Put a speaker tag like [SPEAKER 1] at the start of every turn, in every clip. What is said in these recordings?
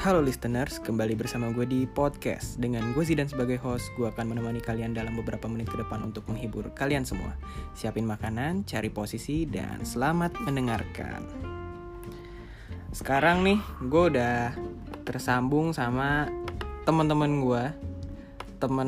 [SPEAKER 1] Halo listeners, kembali bersama gue di podcast. Dengan gue Zidan sebagai host, gue akan menemani kalian dalam beberapa menit ke depan untuk menghibur kalian semua. Siapin makanan, cari posisi, dan selamat mendengarkan. Sekarang nih, gue udah tersambung sama teman-teman gue. Temen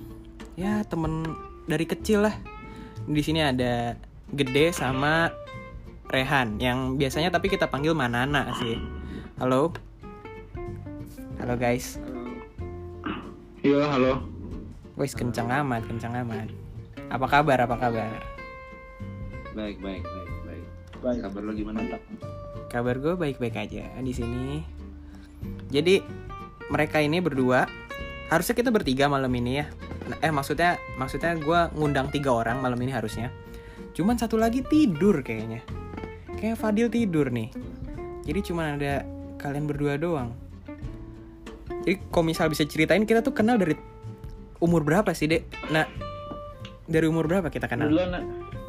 [SPEAKER 1] dari kecil lah. Di sini ada Gede sama Rehan, yang biasanya tapi kita panggil Manana sih. Halo guys.
[SPEAKER 2] Iya, halo.
[SPEAKER 1] Wes kencang amat. Apa kabar?
[SPEAKER 2] Baik. Kabar lo gimana?
[SPEAKER 1] Kabar gue baik-baik aja di sini. Jadi mereka ini berdua, harusnya kita bertiga malam ini ya. Maksudnya gue ngundang 3 orang malam ini harusnya. Cuman satu lagi tidur kayaknya. Kayak Fadil tidur nih. Jadi cuman ada kalian berdua doang. Jadi kalau misal bisa ceritain, kita tuh kenal dari umur berapa sih, Dek? Nah, dari umur berapa kita kenal?
[SPEAKER 2] Duluan, Nak.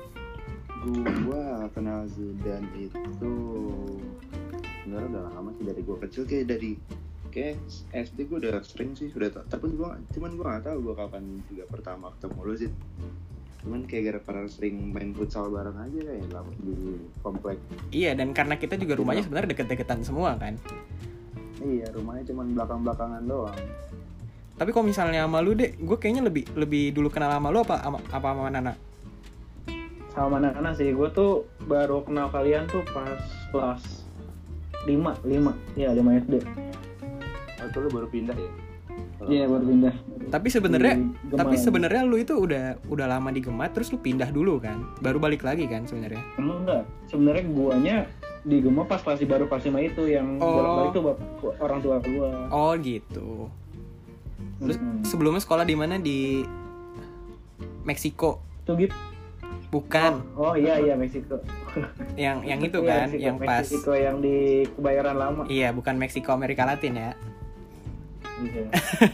[SPEAKER 2] Gua kenal Zidan itu sebenarnya udah lama sih, dari gua kecil, kayak SD gua udah sering sih, tapi cuman gua nggak tahu gua kapan juga pertama ketemu lu sih. Cuman kayak gara-gara sering main futsal bareng aja kayak lama di komplek.
[SPEAKER 1] Iya, dan karena kita juga rumahnya sebenarnya deket-deketan semua kan.
[SPEAKER 2] Iya, rumahnya cuma belakang-belakangan doang.
[SPEAKER 1] Tapi kalau misalnya sama lu, Dek, gue kayaknya lebih dulu kenal sama lu apa sama Nana?
[SPEAKER 3] Sama Nana sih, gue tuh baru kenal kalian tuh pas kelas 5 SD.
[SPEAKER 2] Oh, itu lu baru pindah ya?
[SPEAKER 3] Iya, baru pindah.
[SPEAKER 1] Tapi sebenarnya lu itu udah lama di Gemat, terus lu pindah dulu kan, baru balik lagi kan sebenarnya?
[SPEAKER 3] Enggak, sebenarnya guanya di Gema pas baru kelas 5 itu yang bolak-balik tuh orang tua gua. Oh gitu. Terus sebelumnya sekolah di mana? Di Meksiko. Tuh gitu.
[SPEAKER 1] Bukan.
[SPEAKER 3] Oh iya Meksiko.
[SPEAKER 1] yang itu kan,
[SPEAKER 3] Meksiko,
[SPEAKER 1] yang pas
[SPEAKER 3] Meksiko yang di Kebayoran Lama.
[SPEAKER 1] Iya, bukan Meksiko Amerika Latin ya.
[SPEAKER 3] Iya.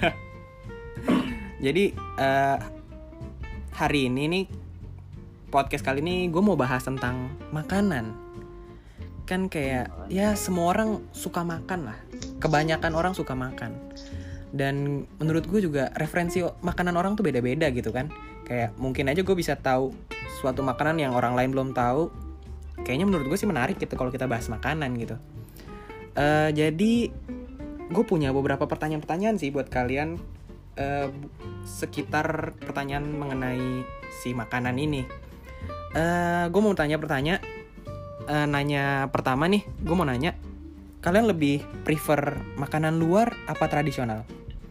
[SPEAKER 1] Jadi hari ini nih, podcast kali ini gue mau bahas tentang makanan. Kan kayak ya semua orang suka makan lah. Kebanyakan orang suka makan. Dan menurut gue juga referensi makanan orang tuh beda-beda gitu kan. Kayak mungkin aja gue bisa tahu suatu makanan yang orang lain belum tahu. Kayaknya menurut gue sih menarik gitu kalau kita bahas makanan gitu. Jadi gue punya beberapa pertanyaan-pertanyaan sih buat kalian, sekitar pertanyaan mengenai si makanan ini. Gue mau nanya pertama nih, gue mau nanya, kalian lebih prefer makanan luar apa tradisional?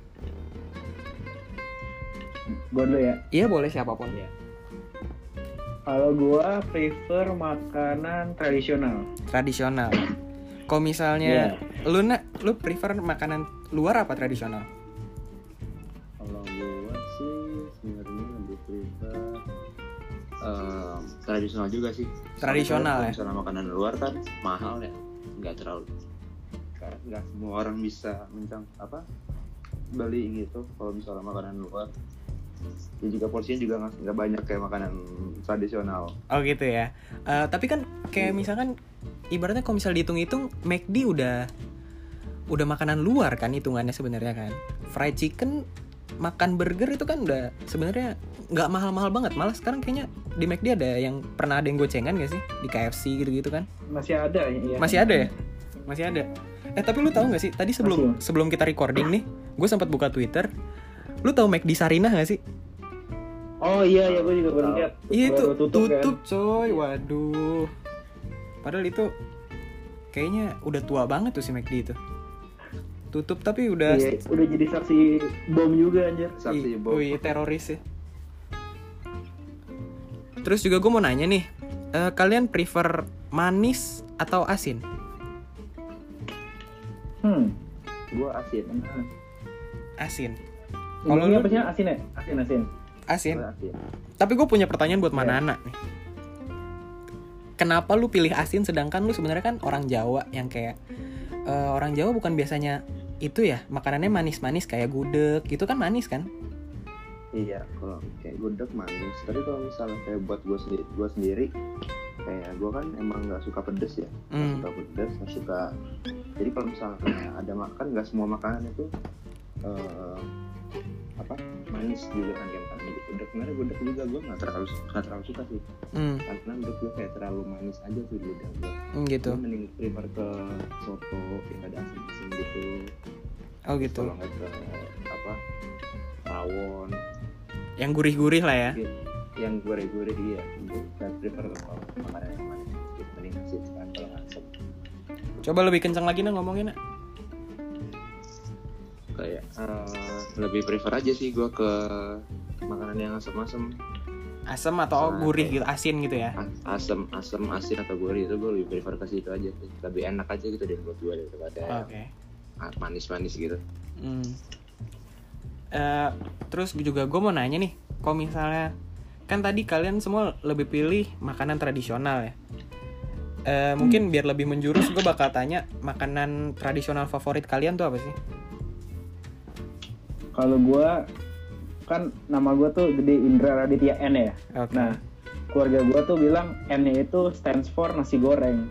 [SPEAKER 3] Gue dulu ya.
[SPEAKER 1] Iya, boleh siapapun ya.
[SPEAKER 3] Kalau gue prefer makanan tradisional.
[SPEAKER 1] Kalau misalnya lu prefer makanan luar apa tradisional?
[SPEAKER 2] Kalau gue sih sebenarnya lebih prefer tradisional juga sih.
[SPEAKER 1] Tradisional ya.
[SPEAKER 2] Misalnya makanan luar kan mahal ya, nggak semua orang bisa beli gitu. Kalau misalnya makanan luar, ya juga porsinya juga nggak banyak kayak makanan tradisional.
[SPEAKER 1] Oh gitu ya. Tapi kan kayak misalkan ibaratnya kalau misal dihitung-hitung, McD udah makanan luar kan hitungannya sebenarnya kan. Fried chicken, makan burger itu kan udah sebenarnya nggak mahal-mahal banget. Malah sekarang kayaknya di McD ada yang gocengan nggak sih di KFC gitu-gitu kan?
[SPEAKER 3] Masih ada ya.
[SPEAKER 1] Masih ada ya? Masih ada. Tapi lu tahu nggak sih? Tadi sebelum kita recording nih, gue sempat buka Twitter. Lu tahu McD Sarinah nggak sih?
[SPEAKER 3] Oh iya, gue juga baru lihat.
[SPEAKER 1] Iya itu tutup
[SPEAKER 3] kan?
[SPEAKER 1] Coy, waduh. Padahal itu kayaknya udah tua banget tuh si McD itu. Tutup tapi udah.
[SPEAKER 3] Iya, udah jadi saksi bom juga anjir.
[SPEAKER 2] Saksi bom.
[SPEAKER 1] Wih, teroris ya. Terus juga gue mau nanya nih, kalian prefer manis atau asin?
[SPEAKER 2] Gue asin.
[SPEAKER 1] Asin.
[SPEAKER 3] Kalau lu apa sih asin ya? Asin.
[SPEAKER 1] Tapi gue punya pertanyaan buat Manana nih. Kenapa lu pilih asin sedangkan lu sebenarnya kan orang Jawa yang kayak orang Jawa bukan biasanya itu ya makanannya manis-manis kayak gudeg gitu kan manis kan?
[SPEAKER 2] Iya, kalau kayak gudeg manis. Tapi kalau misalnya kayak buat gue sendiri kayak gue kan emang nggak suka pedes ya, nggak suka. Jadi kalau misalnya ada makan, nggak semua makanan itu manis juga kan, kayak makan gudeg. Sebenarnya gudeg juga gue nggak terlalu suka sih, karena menurut gue kayak terlalu manis aja sih lidah gue.
[SPEAKER 1] Gitu.
[SPEAKER 2] Gue mending prefer ke soto yang ada asin-asin gitu.
[SPEAKER 1] Oh gitu.
[SPEAKER 2] Kalau nggak ke rawon.
[SPEAKER 1] Yang gurih-gurih lah ya.
[SPEAKER 2] Yang gurih-gurih iya. Gue prefer makanan yang manis. Mending asin kan kalau nggak asam.
[SPEAKER 1] Coba lebih kencang lagi ngomongin.
[SPEAKER 2] Kayak lebih prefer aja sih gue ke makanan yang asam-asam.
[SPEAKER 1] Asam atau gurih gitu, asin gitu ya?
[SPEAKER 2] Asam, asin atau gurih itu gue lebih prefer ke situ aja sih. Lebih enak aja gitu deh buat gue daripada manis-manis gitu.
[SPEAKER 1] Terus juga gue mau nanya nih, kalau misalnya kan tadi kalian semua lebih pilih makanan tradisional ya. Mungkin biar lebih menjurus, gue bakal tanya makanan tradisional favorit kalian tuh apa sih?
[SPEAKER 3] Kalau gue kan nama gue tuh Gede Indra Raditya N ya.
[SPEAKER 1] Okay.
[SPEAKER 3] Nah keluarga gue tuh bilang N-nya itu stands for nasi goreng.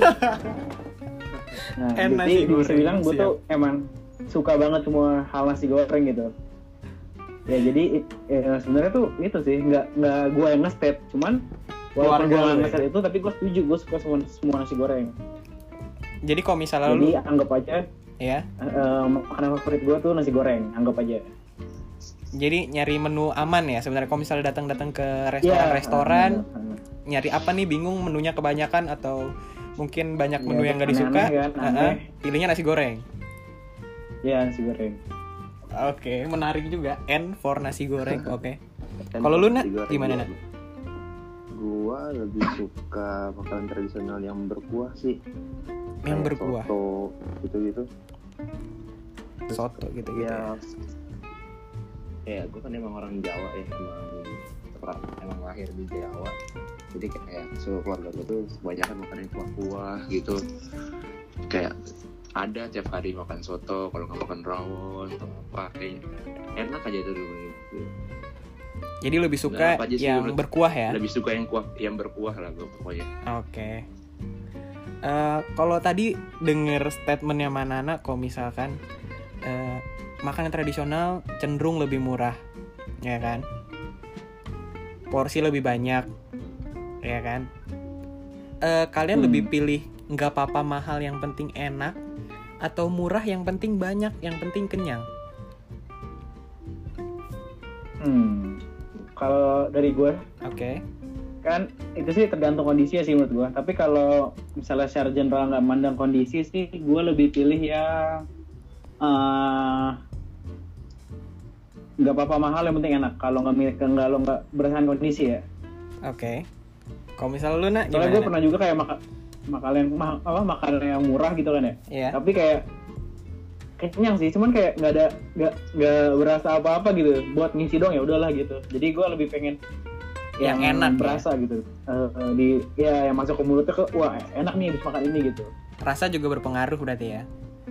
[SPEAKER 3] Nah jadi bisa bilang gue tuh emang suka banget semua hal nasi goreng gitu. Ya jadi sebenarnya tuh itu sih nggak gue yang nge-state, cuman walaupun gue nggak nge-state itu tapi gue setuju, gue suka semua nasi goreng.
[SPEAKER 1] Jadi kalau misalnya
[SPEAKER 3] jadi anggap aja
[SPEAKER 1] ya
[SPEAKER 3] makanan favorit gue tuh nasi goreng, anggap aja.
[SPEAKER 1] Jadi nyari menu aman ya sebenarnya, kalau misalnya datang ke restoran nyari apa nih, bingung menunya kebanyakan atau mungkin banyak menu yang nggak disuka, kan, pilihnya nasi goreng.
[SPEAKER 3] Iya, nasi goreng.
[SPEAKER 1] Oke, menarik juga. N for nasi goreng. Oke. Kalau lu Nak, gimana Nak?
[SPEAKER 2] Gua lebih suka makanan tradisional yang berkuah sih.
[SPEAKER 1] Yang berkuah.
[SPEAKER 2] Soto gitu-gitu.
[SPEAKER 1] Soto gitu-gitu.
[SPEAKER 2] Ya, gue kan emang orang Jawa ya, emang lahir di Jawa. Jadi kayak seluruh keluarga gue tuh kebanyakan makan kuah-kuah gitu. Kayak ada tiap hari makan soto, kalau nggak makan rawon atau apa, kayak enak aja tuh dulu gitu.
[SPEAKER 1] Jadi lebih suka yang berkuah ya?
[SPEAKER 2] Lebih suka yang berkuah lah gue pokoknya.
[SPEAKER 1] Oke. Kalau tadi denger statementnya Manana, kalau misalkan makanan tradisional cenderung lebih murah, ya kan? Porsi lebih banyak, ya kan? Kalian lebih pilih nggak apa-apa mahal yang penting enak, atau murah yang penting banyak yang penting kenyang?
[SPEAKER 3] Kalau dari gue, kan itu sih tergantung kondisi sih menurut gue. Tapi kalau misalnya secara general nggak mandang kondisi sih, gue lebih pilih yang nggak apa-apa mahal yang penting enak. Kalau nggak berdasarkan kondisi ya.
[SPEAKER 1] Oke. Kalau misalnya lu Nak,
[SPEAKER 3] soalnya gue pernah juga kayak makanan yang murah gitu kan ya.
[SPEAKER 1] Yeah.
[SPEAKER 3] Tapi kayak kenyang sih, cuman kayak nggak berasa apa-apa gitu. Buat ngisi doang ya udahlah gitu. Jadi gue lebih pengen yang enak berasa ya? Gitu. Yang masuk ke mulutnya wah enak nih habis makan ini gitu.
[SPEAKER 1] Rasa juga berpengaruh berarti ya.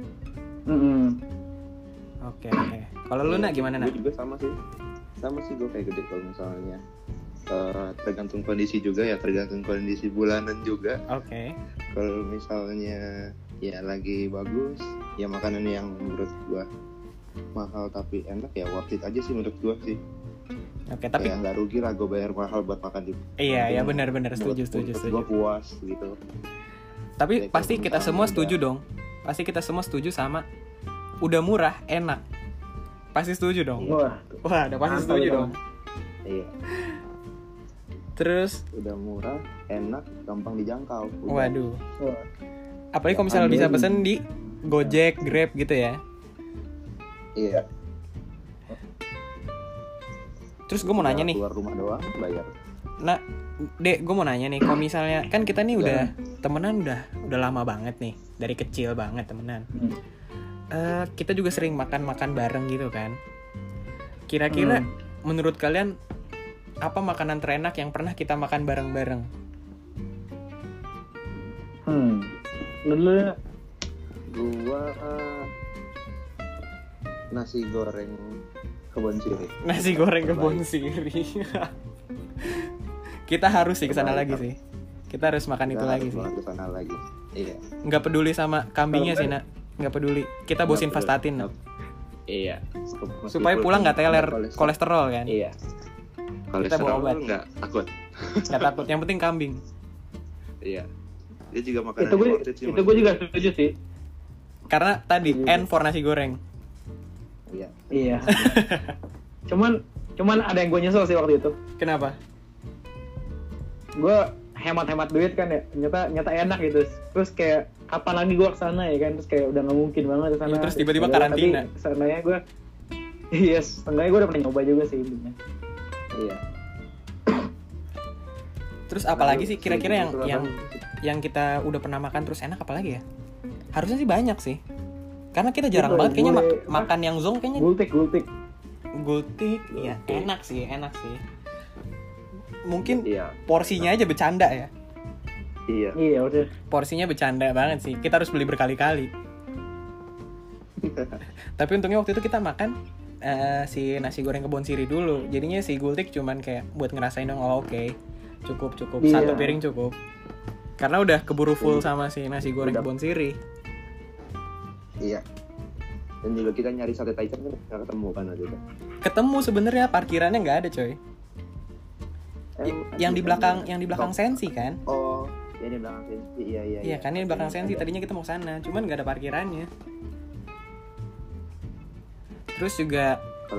[SPEAKER 1] Oke. Kalau lu Nak gimana Nak?
[SPEAKER 2] Gue juga sama sih gue kayak gede kalau misalnya tergantung kondisi juga ya, tergantung kondisi bulanan juga.
[SPEAKER 1] Oke.
[SPEAKER 2] Kalau misalnya ya lagi bagus, ya makanan yang menurut gue mahal tapi enak ya worth it aja sih menurut gue sih.
[SPEAKER 1] Oke, tapi
[SPEAKER 2] ya nggak rugi lah gue bayar mahal buat makan di.
[SPEAKER 1] Iya benar setuju.
[SPEAKER 2] Gue puas gitu.
[SPEAKER 1] Tapi pasti kita semua setuju dong. Pasti kita semua setuju sama udah murah enak. Pasti setuju dong. Wah, udah pasti setuju dong.
[SPEAKER 2] Iya.
[SPEAKER 1] Terus
[SPEAKER 2] udah murah, enak, gampang dijangkau.
[SPEAKER 1] Waduh. Apalagi kalau misalnya bisa pesen di Gojek, Grab gitu ya.
[SPEAKER 2] Iya.
[SPEAKER 1] Terus gue mau nanya nih.
[SPEAKER 2] Keluar rumah doang bayar.
[SPEAKER 1] Nah, Dek, gue mau nanya nih, kalau misalnya kan kita nih udah temenan udah lama banget nih, dari kecil banget temenan. Kita juga sering makan bareng gitu kan. Kira-kira menurut kalian apa makanan terenak yang pernah kita makan bareng-bareng?
[SPEAKER 3] Dulu
[SPEAKER 2] gua nasi goreng kebun siri.
[SPEAKER 1] Nasi goreng kebun siri. Kita harus sih kesana lagi sih. Kita harus makan itu lagi sih.
[SPEAKER 2] Lagi. Iya.
[SPEAKER 1] Nggak peduli sama kambingnya sih, Nak. Nggak peduli. Kita bosin vastatin, Nak.
[SPEAKER 2] Iya.
[SPEAKER 1] Supaya pulang nggak teler kolesterol kan.
[SPEAKER 2] Iya.
[SPEAKER 1] Kita bawa obat.
[SPEAKER 2] Nggak takut.
[SPEAKER 1] Nggak takut. Yang penting kambing.
[SPEAKER 2] Iya. Dia juga makanan
[SPEAKER 3] itu gue juga setuju sih.
[SPEAKER 1] Karena tadi N for nasi goreng.
[SPEAKER 3] Iya. Cuman ada yang gue nyesel sih waktu itu.
[SPEAKER 1] Kenapa?
[SPEAKER 3] Gue hemat duit kan ya, nyata enak gitu. Terus kayak kapan lagi gue kesana ya kan, terus kayak udah nggak mungkin banget kesana.
[SPEAKER 1] Ya, terus tiba-tiba karantina.
[SPEAKER 3] Tapi kesananya gue, setengahnya gue udah pernah nyoba juga sih intinya. Iya.
[SPEAKER 1] Terus apalagi sih kira-kira yang kita udah pernah makan terus enak apalagi ya? Harusnya sih banyak sih. Karena kita jarang banget kayaknya makan yang zong kayaknya. Gultik, iya enak sih. Mungkin porsinya aja bercanda ya.
[SPEAKER 3] Iya udah.
[SPEAKER 1] Porsinya bercanda banget sih. Kita harus beli berkali-kali. Tapi untungnya waktu itu kita makan si nasi goreng Kebon Siri dulu. Jadinya si gultik cuman kayak buat ngerasain dong. Oke. Cukup. Satu piring cukup. Karena udah keburu full sama si nasi goreng Kebon Siri. Iya.
[SPEAKER 2] Dan juga kita nyari sate taichan kan nggak ketemu kan waktu itu.
[SPEAKER 1] Ketemu sebenarnya, parkirannya nggak ada coy. Yang di belakang Sensi kan?
[SPEAKER 2] Oh, yang di belakang Sensi. Iya.
[SPEAKER 1] Iya kan, yang di belakang Sensi. Tadinya kita mau sana, cuman nggak ada parkirannya. Terus juga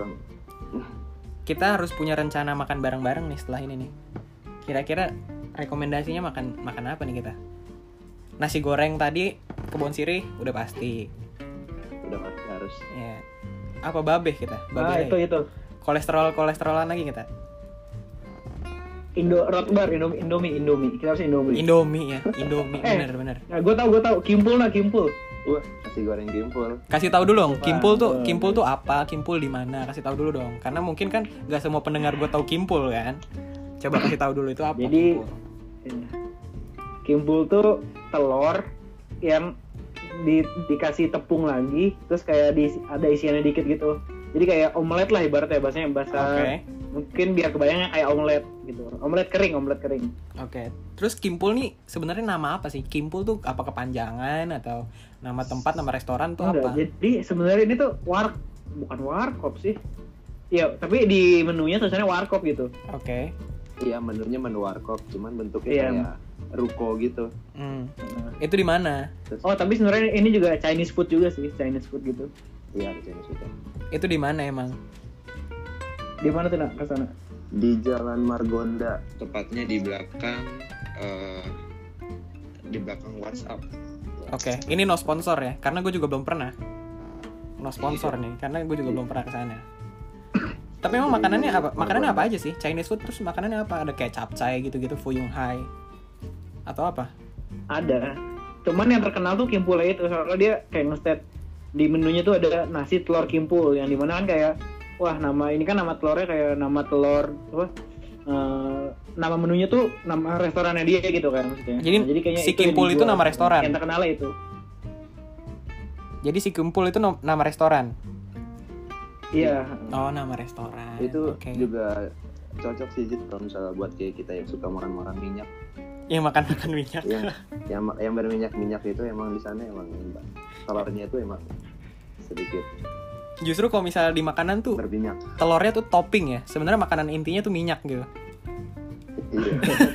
[SPEAKER 1] kita harus punya rencana makan bareng-bareng nih setelah ini nih. Kira-kira rekomendasinya makan apa nih kita? Nasi goreng tadi Kebon Sirih udah pasti
[SPEAKER 2] harus.
[SPEAKER 1] Ya. Apa babeh kita?
[SPEAKER 3] Babeh. Itu.
[SPEAKER 1] Kolesterolan lagi kita.
[SPEAKER 3] Rotbar, Indomie. Kita harus Indomie.
[SPEAKER 1] Indomie benar.
[SPEAKER 3] Nah, gue tahu. Kimpul.
[SPEAKER 2] Wah, nasi goreng Kimpul.
[SPEAKER 1] Kasih tahu dulu dong, Kimpul tuh apa? Kimpul di mana? Kasih tahu dulu dong. Karena mungkin kan enggak semua pendengar gue tahu Kimpul kan. Coba kasih tahu dulu itu apa.
[SPEAKER 3] Jadi Kimpul tuh telur yang dikasih tepung lagi, terus kayak ada isiannya dikit gitu. Jadi kayak omelet lah ibaratnya, bahasa mungkin biar kebayangnya kayak omelet gitu. Omelet kering.
[SPEAKER 1] Oke. Terus Kimpul nih sebenarnya nama apa sih? Kimpul tuh apa kepanjangan atau nama tempat, nama restoran tuh apa?
[SPEAKER 3] Jadi sebenarnya ini tuh bukan warkop sih. Iya, tapi di menunya tulisannya warkop gitu.
[SPEAKER 1] Oke.
[SPEAKER 2] Iya, menunya menu warkop, cuman bentuknya kayak ruko gitu.
[SPEAKER 1] Itu di mana?
[SPEAKER 3] Oh, tapi sebenarnya ini juga Chinese food juga sih, Chinese food gitu.
[SPEAKER 2] Iya, Chinese food.
[SPEAKER 1] Itu di mana emang?
[SPEAKER 3] Di mana tuh, Nak? Ke sana?
[SPEAKER 2] Di Jalan Margonda, tepatnya di belakang WhatsApp.
[SPEAKER 1] Oke, ini no sponsor ya, karena gue juga belum pernah. No sponsor nih, karena gue juga belum pernah ke sana. Tapi emang makanannya apa? Makanannya apa aja sih? Chinese food terus makanannya apa? Ada kayak capcay gitu-gitu, fuyung hai. Atau apa?
[SPEAKER 3] Ada. Cuman yang terkenal tuh Kimpulnya itu, soalnya dia kayak nge-state di menunya tuh ada nasi telur Kimpul, yang dimana kan kayak nama telurnya kayak nama telur apa? Nama menunya tuh nama restorannya dia gitu kan maksudnya.
[SPEAKER 1] Jadi kayaknya si Kimpul itu nama restoran.
[SPEAKER 3] Yang terkenal itu.
[SPEAKER 1] Jadi si Kimpul itu nama restoran.
[SPEAKER 3] Iya.
[SPEAKER 1] Oh, nama restoran.
[SPEAKER 2] Itu juga cocok sih Jit kalau misalnya buat kayak kita yang suka makan minyak.
[SPEAKER 1] Yang makan minyak.
[SPEAKER 2] yang berminyak itu emang di sana emang telurnya itu emang sedikit.
[SPEAKER 1] Justru kalau misalnya di makanan tuh
[SPEAKER 2] berminyak.
[SPEAKER 1] Telurnya tuh topping ya. Sebenarnya makanan intinya tuh minyak gitu.
[SPEAKER 2] Iya.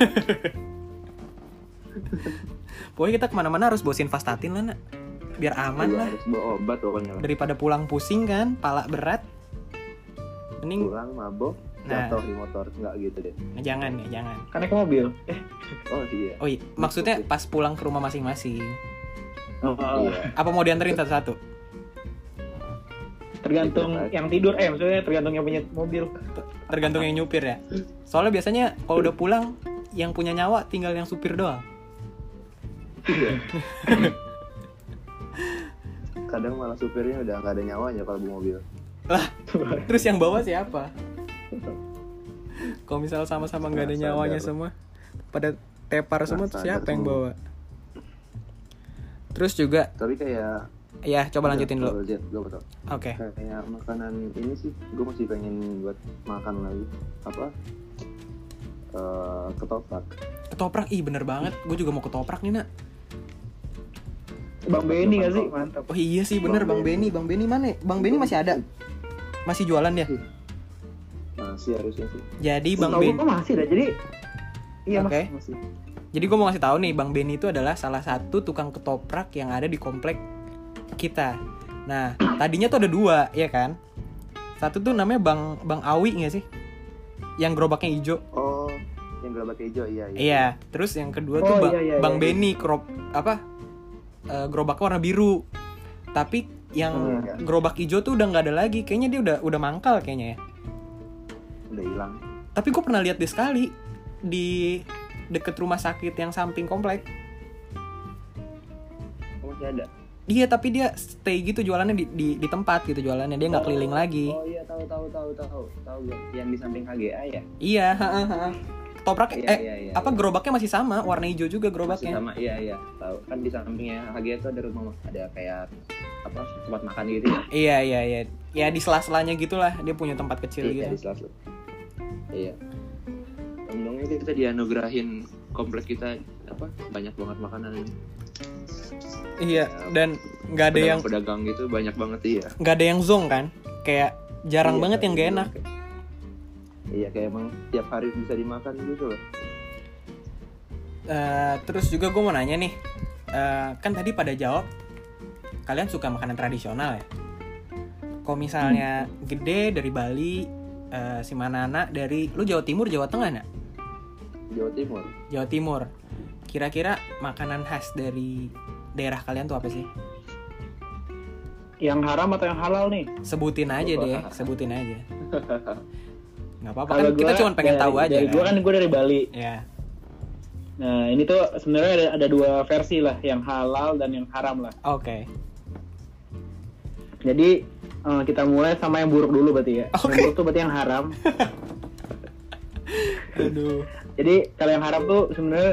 [SPEAKER 1] Pokoknya kita kemana-mana harus bosin vastatin lah, Nak. Biar aman lah.
[SPEAKER 2] Harus bawa obat pokoknya.
[SPEAKER 1] Daripada pulang pusing kan, pala berat. Mending
[SPEAKER 2] pulang mabok, jatuh di motor, enggak gitu deh.
[SPEAKER 1] Nah, jangan.
[SPEAKER 3] Kan naik mobil.
[SPEAKER 2] Oh iya.
[SPEAKER 1] Maksudnya pas pulang ke rumah masing-masing.
[SPEAKER 3] Oh iya.
[SPEAKER 1] Apa mau dianterin satu-satu?
[SPEAKER 3] Tergantung yang tidur, maksudnya tergantung yang punya mobil.
[SPEAKER 1] Tergantung yang nyupir ya. Soalnya biasanya kalau udah pulang, yang punya nyawa tinggal yang supir doang.
[SPEAKER 2] Iya. Kadang malah supirnya udah nggak ada nyawanya kalau bawa mobil.
[SPEAKER 1] Lah, terus yang bawa siapa? Kalau misal sama-sama nggak ada nyawanya semua, pada tepar semua, siapa yang bawa? Terus juga.
[SPEAKER 2] Tapi kayak.
[SPEAKER 1] Ya, coba lanjutin dulu.
[SPEAKER 2] Oke. Kayak makanan ini sih, gue masih pengen buat makan lagi. Apa? Ketoprak.
[SPEAKER 1] ketoprak, bener banget. Gue juga mau ketoprak nih, Nak.
[SPEAKER 3] Bang Benny gak sih? Mantap.
[SPEAKER 1] Oh iya sih, bener Bang Benny. Bang Benny mana? Bang Benny masih ada? Masih jualan dia?
[SPEAKER 2] Masih harusnya sih.
[SPEAKER 1] Jadi Bang Benny
[SPEAKER 3] masih dah. Jadi iya
[SPEAKER 1] okay.
[SPEAKER 3] Masih.
[SPEAKER 1] Jadi gue mau ngasih tahu nih, Bang Benny itu adalah salah satu tukang ketoprak yang ada di komplek kita. Nah, tadinya tuh ada 2, ya kan? Satu tuh namanya Bang Awi nggak sih? Yang gerobaknya hijau.
[SPEAKER 2] Oh, yang gerobaknya hijau, iya.
[SPEAKER 1] Iya, terus yang kedua tuh Bang Benny gerobaknya warna biru. Tapi yang gerobak hijau tuh udah nggak ada lagi. Kayaknya dia udah mangkal kayaknya ya.
[SPEAKER 2] Udah hilang.
[SPEAKER 1] Tapi gue pernah lihat dia sekali di deket rumah sakit yang samping komplek.
[SPEAKER 2] Oh, masih ada.
[SPEAKER 1] Iya, tapi dia stay gitu jualannya di tempat gitu jualannya, dia nggak keliling lagi.
[SPEAKER 2] Oh iya, tahu gue. Yang di samping HGA ya?
[SPEAKER 1] Iya, ketoprak iya. Gerobaknya masih sama, warna hijau juga gerobaknya.
[SPEAKER 2] Masih sama, iya. Tahu kan di sampingnya HGA itu ada rumah, ada kayak tempat makan gitu ya.
[SPEAKER 1] Iya. Ya di sela-selanya gitulah, dia punya tempat kecil gitu.
[SPEAKER 2] Iya, di sela-sela. Iya. Untungnya kita dianugerahin komplek kita banyak banget makanan ini.
[SPEAKER 1] Iya, dan nggak ada yang
[SPEAKER 2] pedagang gitu banyak banget iya.
[SPEAKER 1] Nggak ada yang zong kan, kayak jarang banget yang nggak enak.
[SPEAKER 2] Iya, kayak emang tiap hari bisa dimakan gitu loh.
[SPEAKER 1] Terus juga gue mau nanya nih, kan tadi pada jawab kalian suka makanan tradisional ya. Kalau misalnya Gede dari Bali, si Manana dari lu Jawa Timur, Jawa Tengah nak? Jawa Timur. Kira-kira makanan khas dari daerah kalian tuh apa sih?
[SPEAKER 3] Yang haram atau yang halal nih?
[SPEAKER 1] Sebutin aja. Nggak apa-apa kan, kita cuma pengen tahu aja.
[SPEAKER 3] Gue dari Bali.
[SPEAKER 1] Ya.
[SPEAKER 3] Nah ini tuh sebenarnya ada 2 versi lah, yang halal dan yang haram lah.
[SPEAKER 1] Oke.
[SPEAKER 3] Jadi kita mulai sama yang buruk dulu berarti ya.
[SPEAKER 1] Okay.
[SPEAKER 3] Yang buruk tuh berarti yang haram.
[SPEAKER 1] Aduh.
[SPEAKER 3] Jadi kalau yang haram tuh sebenarnya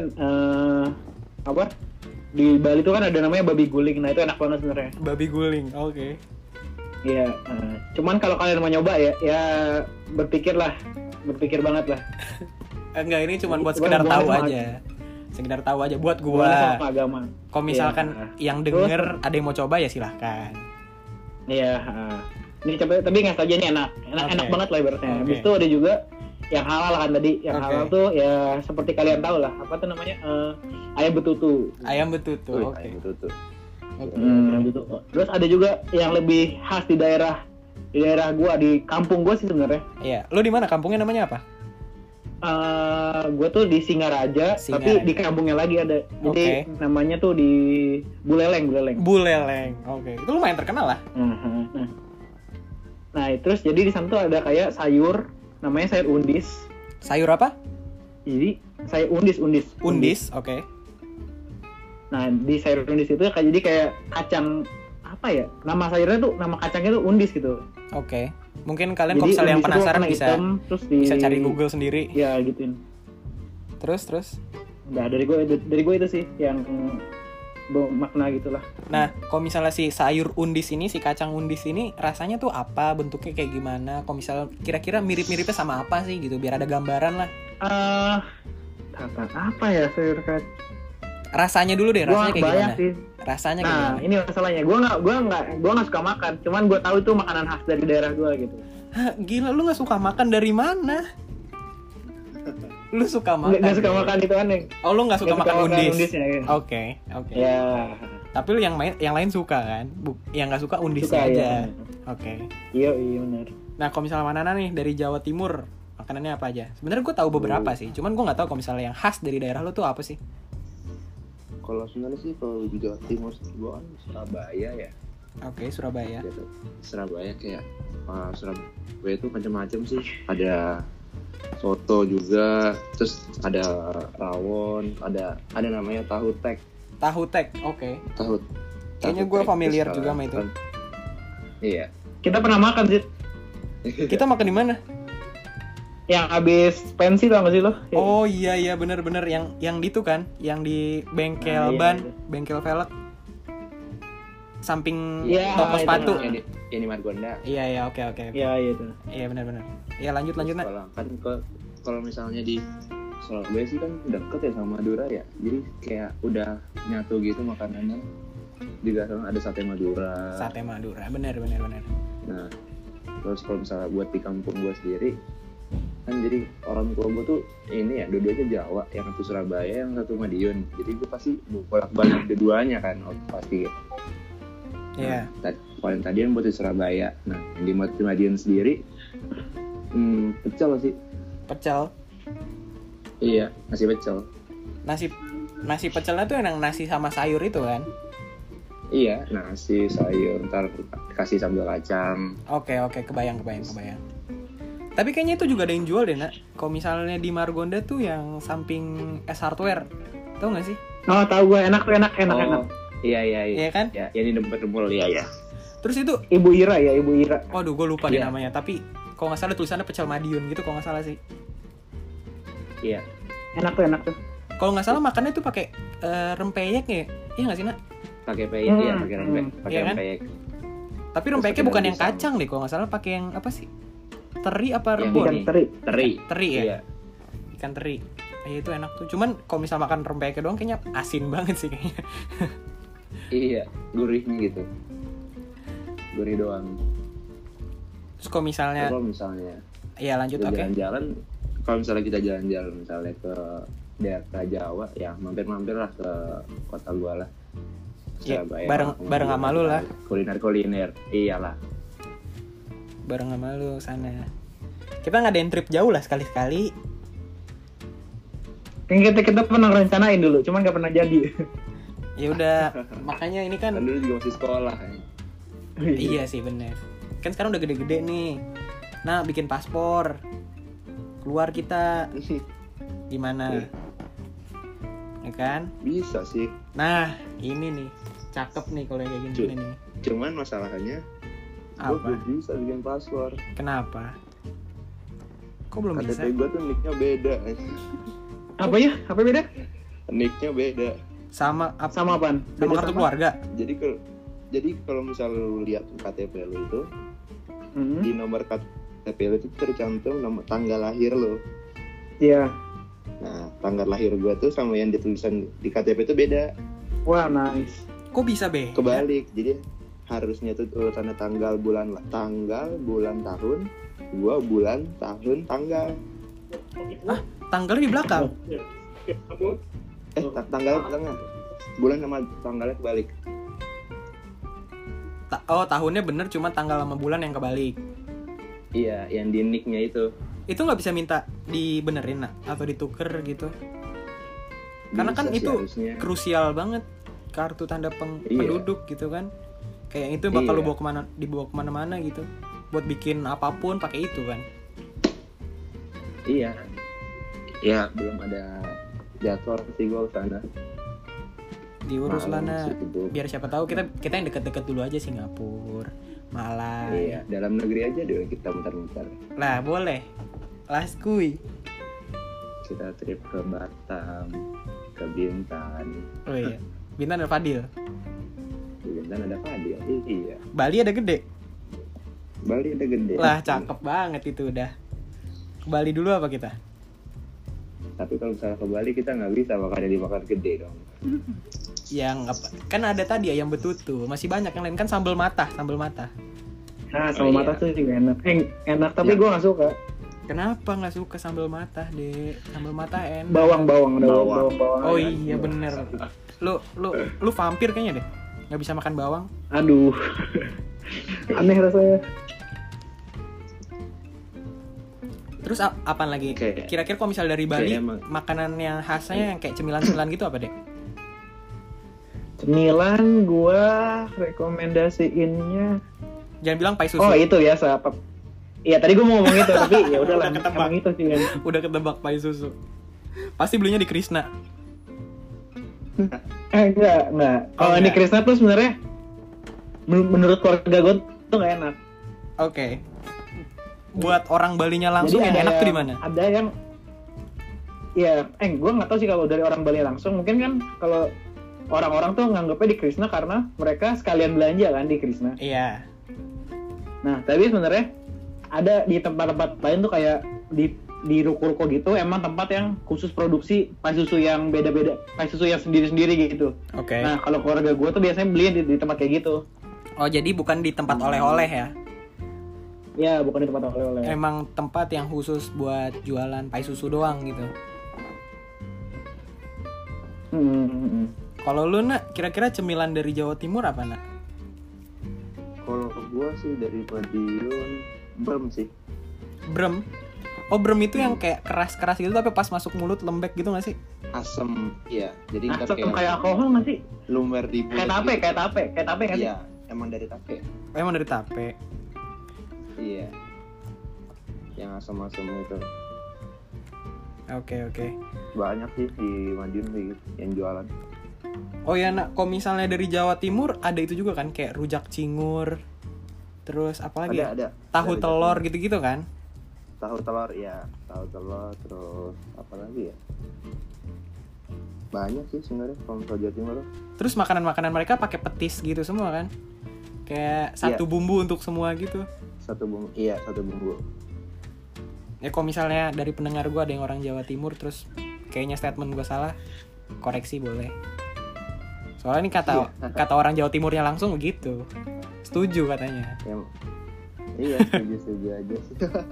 [SPEAKER 3] di Bali tuh kan ada namanya babi guling. Nah itu enak banget sebenarnya.
[SPEAKER 1] Babi guling, oke.
[SPEAKER 3] Iya. Cuman kalau kalian mau nyoba ya berpikir banget lah.
[SPEAKER 1] Enggak, ini cuma buat sekedar tahu aja. Sekedar tahu aja buat gua. Kalau misalkan yang denger ada yang mau coba ya silahkan.
[SPEAKER 3] Iya. Ini coba, tapi nggak saja nih enak banget lah ibaratnya. Habis itu ada juga yang halal kan tadi. Yang halal tuh ya seperti kalian tahu lah, apa tuh namanya, ayam betutu.
[SPEAKER 1] Oke.
[SPEAKER 2] Ayam betutu.
[SPEAKER 3] Terus ada juga yang lebih khas di daerah gua, di kampung gua sih sebenarnya.
[SPEAKER 1] Iya. Lu di mana? Kampungnya namanya apa?
[SPEAKER 3] Gue tuh di Singaraja, tapi di kampungnya lagi ada. Jadi namanya tuh di Buleleng.
[SPEAKER 1] Oke. Itu lumayan terkenal lah.
[SPEAKER 3] Nah, terus jadi di sana tuh ada kayak sayur, namanya sayur undis.
[SPEAKER 1] Sayur apa?
[SPEAKER 3] Jadi sayur undis.
[SPEAKER 1] Undis, oke.
[SPEAKER 3] Nah, di sayur undis itu jadi kayak kacang apa ya? Nama sayurnya tuh, nama kacangnya tuh undis gitu.
[SPEAKER 1] Oke. Mungkin kalian kalau misalnya yang penasaran bisa cari Google sendiri.
[SPEAKER 3] Ya, gituin.
[SPEAKER 1] Terus?
[SPEAKER 3] Nah, dari gue itu sih yang makna gitulah.
[SPEAKER 1] Nah, kalau misalnya si sayur undis ini, si kacang undis ini rasanya tuh apa? Bentuknya kayak gimana? Kalau misalnya kira-kira mirip-miripnya sama apa sih gitu, biar ada gambaran lah.
[SPEAKER 3] Apa ya sayur kacang?
[SPEAKER 1] Rasanya dulu deh, rasanya kayak gimana? Sih. Rasanya kayak gimana?
[SPEAKER 3] Nah, ini masalahnya. Gue nggak suka makan. Cuman gue tahu itu makanan khas dari daerah gue gitu.
[SPEAKER 1] Hah, gila, lu nggak suka makan dari mana? Lu suka makan?
[SPEAKER 3] Nggak suka makan itu aneh.
[SPEAKER 1] Oh, lu nggak suka makan undis?
[SPEAKER 3] Undisnya, ya.
[SPEAKER 1] Oke.
[SPEAKER 3] Ya.
[SPEAKER 1] Tapi lu yang lain suka kan? Yang nggak suka undisnya aja. Ya. Oke.
[SPEAKER 3] Iya benar.
[SPEAKER 1] Nah, kalau misalnya Manana nih dari Jawa Timur, makanannya apa aja? Sebenarnya gue tahu beberapa sih. Cuman gue nggak tahu kalau misalnya yang khas dari daerah lu tuh apa sih?
[SPEAKER 2] Kalau sebenarnya sih kalau di Jawa Timur gue kan Surabaya ya.
[SPEAKER 1] Oke, Surabaya.
[SPEAKER 2] Surabaya kayak Surabaya itu macam-macam sih. Ada soto juga, terus ada rawon, ada namanya tahu tek.
[SPEAKER 1] Oke.
[SPEAKER 2] Tahu.
[SPEAKER 1] Kayaknya gue familiar juga sama itu.
[SPEAKER 2] Iya.
[SPEAKER 3] Kita pernah makan sih.
[SPEAKER 1] Kita makan di mana?
[SPEAKER 3] Yang habis pensi tau gak sih lo?
[SPEAKER 1] Oh iya bener yang di itu kan, yang di bengkel bengkel velg samping toko sepatu.
[SPEAKER 2] Yang di Margonda.
[SPEAKER 1] Iya oke.
[SPEAKER 3] Iya itu.
[SPEAKER 1] Iya benar. Iya lanjut nah.
[SPEAKER 2] Kan kalau misalnya di Surabaya sih kan deket ya sama Madura ya, jadi kayak udah nyatu gitu makanannya. Juga ada sate Madura.
[SPEAKER 1] Sate Madura, bener.
[SPEAKER 2] Nah, terus kalau misalnya buat di kampung gue sendiri, kan jadi orang tua gue tuh ini ya, dua-duanya Jawa, yang satu Surabaya, yang satu Madiun. Jadi gue pasti bolak-balik dua-duanya kan, pasti.
[SPEAKER 1] Iya.
[SPEAKER 2] Nah, paling tadi yang buat di Surabaya. Nah, yang di Madiun sendiri, pecel sih.
[SPEAKER 1] Pecel?
[SPEAKER 2] Iya, nasi pecel.
[SPEAKER 1] Nasi pecelnya tuh yang nasi sama sayur itu kan?
[SPEAKER 2] Iya, nasi, sayur, ntar kasih sambal kacang.
[SPEAKER 1] Oke, kebayang. Tapi kayaknya itu juga ada yang jual deh, Nak. Kalau misalnya di Margonda tuh yang samping S Hardware, tau gak sih?
[SPEAKER 3] Oh, tahu gue, enak.
[SPEAKER 2] Iya.
[SPEAKER 1] Iya kan?
[SPEAKER 2] Ya, ini dempet-dempul, iya.
[SPEAKER 1] Terus itu
[SPEAKER 3] Ibu Ira.
[SPEAKER 1] Waduh, gue lupa deh namanya. Tapi kalau nggak salah tulisannya pecel Madiun gitu, kalau nggak salah sih.
[SPEAKER 2] Iya.
[SPEAKER 3] Enak tuh.
[SPEAKER 1] Kalau nggak salah makannya tuh pakai rempeyek ya? Iya nggak sih, Nak?
[SPEAKER 2] Pakai peyek, iya, pakai rempeyek.
[SPEAKER 1] Tapi rempeyeknya bukan yang kacang deh, kalau nggak salah pakai yang apa sih? Teri apa rebon?
[SPEAKER 3] Ikan
[SPEAKER 2] teri
[SPEAKER 1] ya?
[SPEAKER 2] Iya.
[SPEAKER 1] Ikan teri. Itu enak tuh. Cuman kalau misal makan rempeyeknya doang kayaknya asin banget sih kayaknya.
[SPEAKER 2] Iya, gurihnya gitu. Gurih doang.
[SPEAKER 1] Terus kalau misalnya iya lanjut, oke.
[SPEAKER 2] Jalan-jalan, kalau misalnya kita jalan-jalan misalnya ke daerah Jawa, ya mampir lah ke kota gua lah.
[SPEAKER 1] Ya, bareng sama lu lah.
[SPEAKER 2] Kuliner, iyalah.
[SPEAKER 1] Bareng sama lu sana. Kita ngadain trip jauh lah sekali-sekali.
[SPEAKER 3] Kan kita pernah rencanain dulu, cuman gak pernah jadi.
[SPEAKER 1] Ya udah, makanya ini kan
[SPEAKER 2] dulu juga masih sekolah kan.
[SPEAKER 1] Iya sih bener. Kan sekarang udah gede-gede nih. Nah, bikin paspor. Keluar kita. Gimana? Ya kan?
[SPEAKER 2] Bisa sih.
[SPEAKER 1] Nah, ini nih. Cakep nih kalau kayak gini nih.
[SPEAKER 2] Cuman masalahnya
[SPEAKER 1] apa?
[SPEAKER 2] Gue belum bisa bikin paspor.
[SPEAKER 1] Kenapa? Kok belum bisa?
[SPEAKER 2] KTP gue tuh nicknya beda.
[SPEAKER 3] Apa ya? Apa beda?
[SPEAKER 2] Nicknya beda.
[SPEAKER 1] Sama
[SPEAKER 3] apaan?
[SPEAKER 1] Sama kartu keluarga.
[SPEAKER 2] Jadi kalau misal lu lihat KTP lu itu, di nomor KTP lu itu tercantum nomor tanggal lahir lu.
[SPEAKER 3] Iya.
[SPEAKER 2] Nah, tanggal lahir gue tuh sama yang ditulisan di KTP itu beda.
[SPEAKER 3] Wah, nice.
[SPEAKER 1] Kok bisa be?
[SPEAKER 2] Kebalik. Jadi harusnya tuh urutannya tanggal, bulan, tahun, gua bulan, tahun, tanggal.
[SPEAKER 1] Ah, tanggalnya di belakang?
[SPEAKER 2] Tanggal di tengah. Bulan sama tanggalnya kebalik.
[SPEAKER 1] Tahunnya bener, cuma tanggal sama bulan yang kebalik.
[SPEAKER 2] Iya, yang di nicknya itu.
[SPEAKER 1] Itu nggak bisa minta dibenerin, Nak? Atau dituker gitu? Karena
[SPEAKER 2] bisa
[SPEAKER 1] kan
[SPEAKER 2] sih,
[SPEAKER 1] itu
[SPEAKER 2] harusnya
[SPEAKER 1] krusial banget, kartu tanda penduduk gitu kan. Kayak itu bakal lu dibawa kemana-mana gitu. Buat bikin apapun pakai itu kan.
[SPEAKER 2] Iya. Ya belum ada jadwal sih gue kesana.
[SPEAKER 1] Diurus lah, Nak. Biar siapa tahu kita yang deket-deket dulu aja, Singapura, Malai.
[SPEAKER 2] Iya, dalam negeri aja dulu kita muter-muter.
[SPEAKER 1] Lah boleh. Laskuy.
[SPEAKER 2] Kita trip ke Batam, ke Bintan.
[SPEAKER 1] Oh iya. Bintan ada Fadil.
[SPEAKER 2] Bintan ada Fadil. Iya.
[SPEAKER 1] Bali ada Gede. Lah cakep banget itu udah. Ke Bali dulu apa kita?
[SPEAKER 2] Tapi kalau misalnya ke Bali kita nggak bisa makannya dimakan Gede dong.
[SPEAKER 1] Yang apa? Kan ada tadi ayam betutu. Masih banyak yang lain kan sambal mata.
[SPEAKER 3] Nah, sambal mata tuh juga enak. Enak tapi gue nggak suka.
[SPEAKER 1] Kenapa nggak suka sambal mata, Dek? Sambal mata enak.
[SPEAKER 3] Bawang.
[SPEAKER 1] Oh iya bener. Lu vampir kayaknya deh. Nggak bisa makan bawang.
[SPEAKER 3] Aduh. Aneh rasanya.
[SPEAKER 1] Terus apaan lagi? Kira-kira kalau misal dari Bali makanan yang khasnya yang kayak cemilan-cemilan gitu apa, Dek?
[SPEAKER 3] Cemilan gua rekomendasiinnya.
[SPEAKER 1] Jangan bilang pai susu.
[SPEAKER 3] Oh, itu biasa. Iya, tadi gua mau ngomong itu tapi ya udahlah, emang itu sih kan.
[SPEAKER 1] Udah ketebak pai susu. Pasti belinya di Krishna.
[SPEAKER 3] Enggak. Kalau ini Krishna tuh sebenarnya menurut keluarga gua tuh enggak enak.
[SPEAKER 1] Oke. Buat orang Balinya langsung yang enak tuh di mana?
[SPEAKER 3] Ada yang gue nggak tahu sih kalau dari orang Bali langsung. Mungkin kan kalau orang-orang tuh nganggapnya di Krishna karena mereka sekalian belanja kan di Krishna. Iya. Nah, tapi sebenarnya ada di tempat-tempat lain tuh kayak di di ruko-ruko gitu emang tempat yang khusus produksi pai susu yang beda-beda, pai susu yang sendiri-sendiri gitu.
[SPEAKER 1] Oke.
[SPEAKER 3] Nah kalau keluarga gue tuh biasanya beli di tempat kayak gitu.
[SPEAKER 1] Oh jadi bukan di tempat oleh-oleh ya?
[SPEAKER 3] Ya bukan di tempat oleh-oleh.
[SPEAKER 1] Emang tempat yang khusus buat jualan pai susu doang gitu. Kalau lu nak, kira-kira cemilan dari Jawa Timur apa nak?
[SPEAKER 2] Kalau gua sih dari Madiun, brem sih.
[SPEAKER 1] Brem? Oh brem itu yang kayak keras-keras gitu tapi pas masuk mulut lembek gitu nggak sih?
[SPEAKER 2] Asem, iya. Jadi ntar
[SPEAKER 3] Asem kayak alkohol nggak sih?
[SPEAKER 2] lumer di mulut.
[SPEAKER 3] Kayak tape nggak sih?
[SPEAKER 2] Iya, emang dari tape.
[SPEAKER 1] Emang dari tape.
[SPEAKER 2] Iya. Yang asam-asam itu.
[SPEAKER 1] Oke.
[SPEAKER 2] Banyak sih di Madiun gitu yang jualan.
[SPEAKER 1] Oh ya nak, kalau misalnya dari Jawa Timur ada itu juga kan kayak rujak cingur. Terus apa lagi?
[SPEAKER 2] Ada.
[SPEAKER 1] Tahu telur gitu-gitu kan?
[SPEAKER 2] Tahu telur ya, terus apa lagi ya? Banyak sih sebenarnya kalau Jawa Timur.
[SPEAKER 1] Terus makanan-makanan mereka pakai petis gitu semua kan? Kayak satu bumbu untuk semua gitu.
[SPEAKER 2] Satu bumbu.
[SPEAKER 1] Ya kalau misalnya dari pendengar gue ada yang orang Jawa Timur terus kayaknya statement gue salah, koreksi boleh. Soalnya ini kata orang Jawa Timurnya langsung begitu. Setuju katanya.
[SPEAKER 2] Iya, setuju aja sih.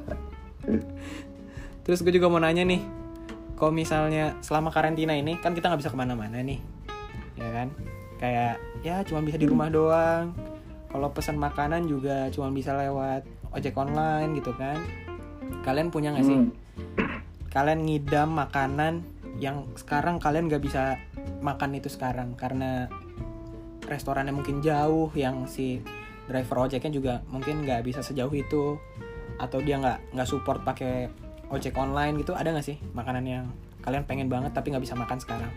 [SPEAKER 1] Terus gue juga mau nanya nih, kalau misalnya selama karantina ini kan kita nggak bisa kemana-mana nih, ya kan? Kayak ya cuma bisa di rumah doang. Kalau pesan makanan juga cuma bisa lewat ojek online gitu kan? Kalian punya nggak sih? Kalian ngidam makanan yang sekarang kalian nggak bisa makan itu sekarang karena restorannya mungkin jauh, yang si driver ojeknya juga mungkin nggak bisa sejauh itu, atau dia nggak support pakai ojek online gitu. Ada nggak sih makanan yang kalian pengen banget tapi nggak bisa makan sekarang?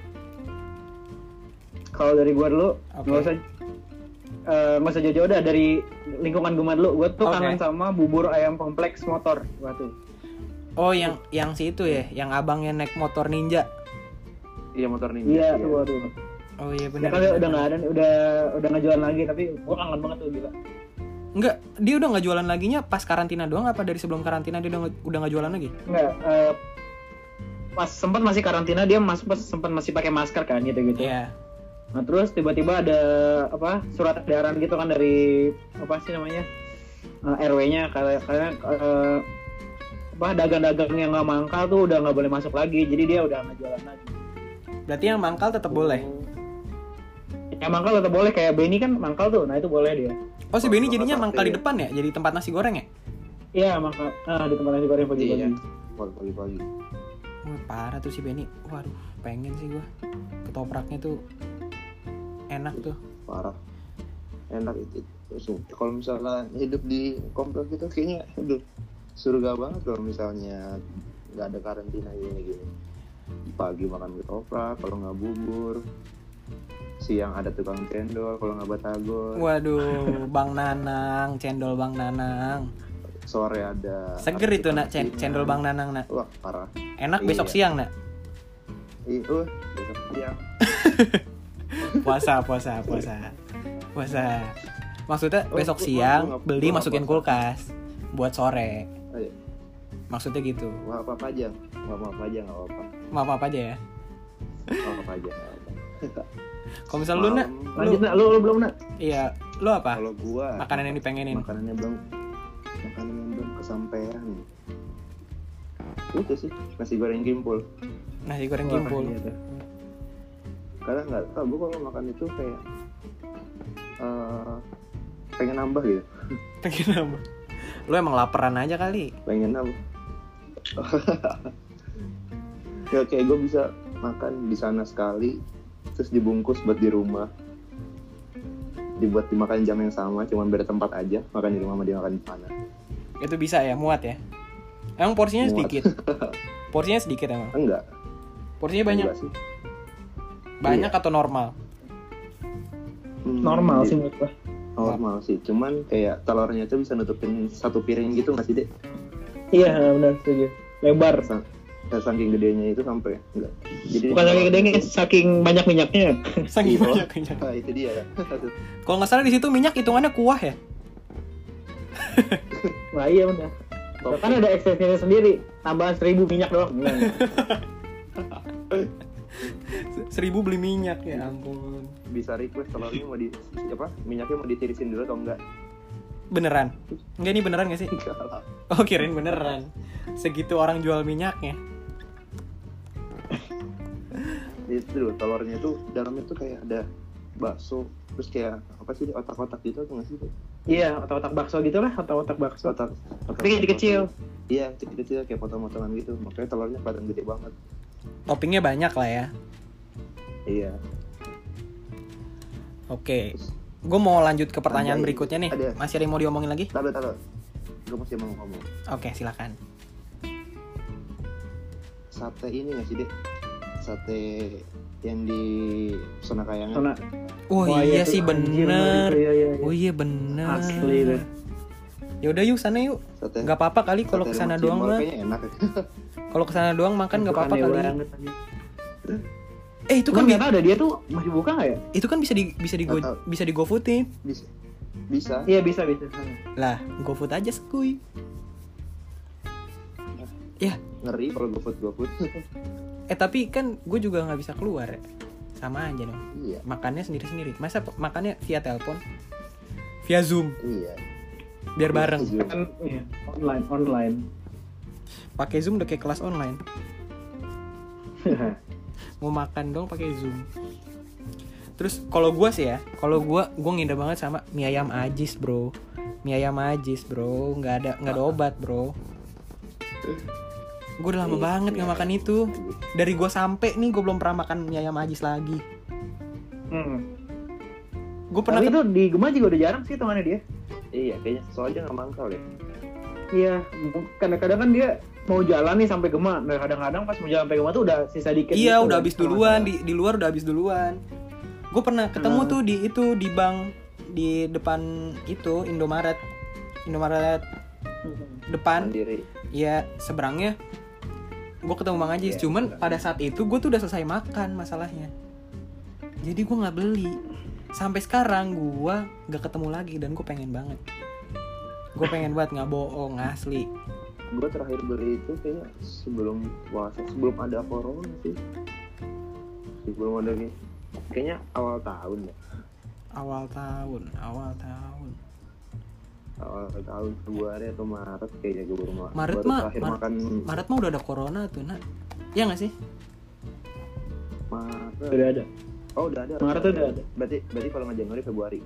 [SPEAKER 3] Kalau dari gue dulu, nggak usah jauh-jauh dah dari lingkungan gue dulu. Gue tuh kangen sama bubur ayam kompleks motor gua tuh. Oh
[SPEAKER 1] yang si itu ya, yang abangnya naik motor ninja.
[SPEAKER 2] Iya, motor ninja.
[SPEAKER 3] Iya tuh gua tuh.
[SPEAKER 1] Oh iya benar.
[SPEAKER 3] Ya, udah nggak ada, udah nggak jualan lagi, tapi gue kangen banget tuh gila.
[SPEAKER 1] Enggak, dia udah nggak jualan laginya pas karantina doang apa dari sebelum karantina dia udah nggak jualan lagi?
[SPEAKER 3] Enggak, pas sempat masih karantina dia sempat masih pakai masker kan gitu.
[SPEAKER 1] Iya.
[SPEAKER 3] Nah terus tiba-tiba ada surat edaran gitu kan dari RW-nya karena dagang-dagang yang nggak mangkal tuh udah nggak boleh masuk lagi, jadi dia udah nggak jualan lagi.
[SPEAKER 1] Berarti yang mangkal tetap boleh?
[SPEAKER 3] Yang mangkal tetap boleh, kayak Benny kan mangkal tuh, nah itu boleh dia.
[SPEAKER 1] Oh si Benny jadinya mangkal di depan ya, jadi tempat nasi goreng ya?
[SPEAKER 3] Iya mangkal, di tempat nasi goreng pagi-pagi.
[SPEAKER 2] Iya, pagi-pagi.
[SPEAKER 1] Wah parah tuh si Benny, waduh pengen sih gue. Ketopraknya tuh enak tuh.
[SPEAKER 2] Parah, enak itu. Kalau misalnya hidup di komplek gitu kayaknya surga banget kalau misalnya nggak ada karantina gini. Pagi makan ketoprak, kalau nggak bubur. Siang ada tukang cendol, kalau nggak batagor.
[SPEAKER 1] Waduh, Bang Nanang, cendol Bang Nanang.
[SPEAKER 2] Sore ada.
[SPEAKER 1] Seger itu nak cendol Bang Nanang nak.
[SPEAKER 2] Wah parah.
[SPEAKER 1] Enak besok siang nak.
[SPEAKER 2] Besok siang.
[SPEAKER 1] Puasa. Maksudnya besok siang beli masukin kulkas buat sore. Maksudnya gitu.
[SPEAKER 2] Maaf aja nggak apa-apa.
[SPEAKER 1] Maaf aja ya.
[SPEAKER 2] Maaf aja.
[SPEAKER 1] Kalau misal lu nak,
[SPEAKER 3] lu belum nak?
[SPEAKER 1] Iya, lu apa?
[SPEAKER 2] Kalau gua
[SPEAKER 1] makanan yang dipengenin.
[SPEAKER 2] Makanan yang belum kesampaian. Itu sih nasi goreng gimpul. Karena nggak tau, gue kalau makan itu kayak pengen nambah gitu.
[SPEAKER 1] Pengen nambah. Lu emang laparan aja kali.
[SPEAKER 2] Pengen nambah. Ya kayak gue bisa makan di sana sekali, terus dibungkus buat di rumah, dibuat dimakan jam yang sama, cuman beda tempat aja, makan di rumah sama dimakan di sana.
[SPEAKER 1] Itu bisa ya, muat ya? Emang porsinya sedikit? Porsinya sedikit emang?
[SPEAKER 2] Enggak.
[SPEAKER 1] Porsinya banyak?
[SPEAKER 2] Enggak sih.
[SPEAKER 1] Banyak atau normal?
[SPEAKER 3] Normal sih menurut gua.
[SPEAKER 2] Normal sih, cuman kayak telurnya itu bisa nutupin satu piring gitu nggak sih, Dek?
[SPEAKER 3] Iya benar, setuju. Lebar.
[SPEAKER 2] Saking gedenya itu sampai enggak. Jadi
[SPEAKER 3] bukan saking gedenya, saking banyak minyaknya.
[SPEAKER 1] Saking banyak minyak.
[SPEAKER 2] Nah, itu dia ya.
[SPEAKER 1] Kalau nggak salah di situ minyak hitungannya kuah ya?
[SPEAKER 3] Wah iya benar. Kan ada eksesnya sendiri, tambahan 1.000 minyak doang.
[SPEAKER 1] 1.000 beli minyak, ya ampun.
[SPEAKER 2] Bisa request telurnya mau minyaknya mau ditirisin dulu atau enggak?
[SPEAKER 1] Beneran? Enggak, ini beneran gak sih? Oh, kirain beneran. Segitu orang jual minyaknya.
[SPEAKER 2] Itu telurnya tuh dalamnya tuh kayak ada bakso, terus kayak apa sih, otak-otak gitu atau nggak sih?
[SPEAKER 3] Iya, otak-otak bakso gitu lah, otak-otak bakso. Tapi kecil.
[SPEAKER 2] Iya, kecil kayak potong-potongan gitu. Makanya telurnya kelihatan gede banget.
[SPEAKER 1] Toppingnya banyak lah ya.
[SPEAKER 2] Iya.
[SPEAKER 1] Oke. Gue mau lanjut ke pertanyaan berikutnya nih.
[SPEAKER 2] Ada.
[SPEAKER 1] Masih ada yang mau diomongin lagi?
[SPEAKER 2] Taruh. Gue masih mau ngomong.
[SPEAKER 1] Oke, silakan.
[SPEAKER 2] Sate ini nggak sih, Dek? Sate yang di Sona Kayangan.
[SPEAKER 1] Oh iya sih, bener.
[SPEAKER 3] Iya.
[SPEAKER 1] Oh iya bener.
[SPEAKER 3] Asli deh.
[SPEAKER 1] Ya udah yuk sana yuk. Gak apa-apa kali kalau kesana doang lah. Kalau kesana doang makan gak apa-apa kali. Itu kan
[SPEAKER 3] nggak tahu ada dia tuh masih buka nggak ya?
[SPEAKER 1] Itu kan bisa di GoFoodin.
[SPEAKER 2] Bisa.
[SPEAKER 3] Iya bisa.
[SPEAKER 1] Lah, GoFood aja skuy. Ya.
[SPEAKER 2] Ngeri kalau GoFood.
[SPEAKER 1] Tapi kan gue juga nggak bisa keluar ya. Sama aja dong.
[SPEAKER 2] Iya.
[SPEAKER 1] Makannya sendiri-sendiri. Masa makannya via telepon? Via Zoom?
[SPEAKER 2] Iya.
[SPEAKER 1] Biar bareng.
[SPEAKER 3] Kan iya, online.
[SPEAKER 1] Pakai Zoom udah kayak kelas online. Mau makan dong pakai Zoom. Terus kalau gue sih ya, gue ngindar banget sama mie ayam Ajis, bro. Nggak ada obat, bro. Gue udah lama banget nggak makan itu. Dari gue sampai nih gue belum pernah makan mie ayam Ajis lagi. Gue pernah.
[SPEAKER 3] Tapi itu di Gema juga udah jarang sih hitungannya dia.
[SPEAKER 2] Iya, kayaknya soalnya nggak mangkal ya.
[SPEAKER 3] Iya, kadang-kadang kan dia mau jalan nih sampai Gema. Nah, kadang-kadang pas mau jalan sampai Gema tuh udah sisa dikit.
[SPEAKER 1] Iya,
[SPEAKER 3] gitu,
[SPEAKER 1] udah habis duluan. Di luar udah habis duluan. Gue pernah ketemu tuh di bank di depan itu Indomaret depan. Iya, seberangnya. Gue ketemu Bang Ajis. Cuman pada saat itu gue tuh udah selesai makan masalahnya. Jadi gue nggak beli. Sampai sekarang gue nggak ketemu lagi dan gue pengen banget. Gue pengen banget, nggak bohong, asli.
[SPEAKER 2] Gue terakhir beli itu kayaknya sebelum puasa, sebelum ada corona sih. Sebelum ada kayaknya awal tahun ya.
[SPEAKER 1] Awal tahun
[SPEAKER 2] Februari atau Maret kayaknya gue baru
[SPEAKER 1] Maret mah udah ada corona tuh, nak. Ya nggak sih?
[SPEAKER 2] Maret
[SPEAKER 3] udah ada.
[SPEAKER 2] Oh udah ada.
[SPEAKER 3] Maret udah ada.
[SPEAKER 2] Berarti kalau nggak Januari, Februari.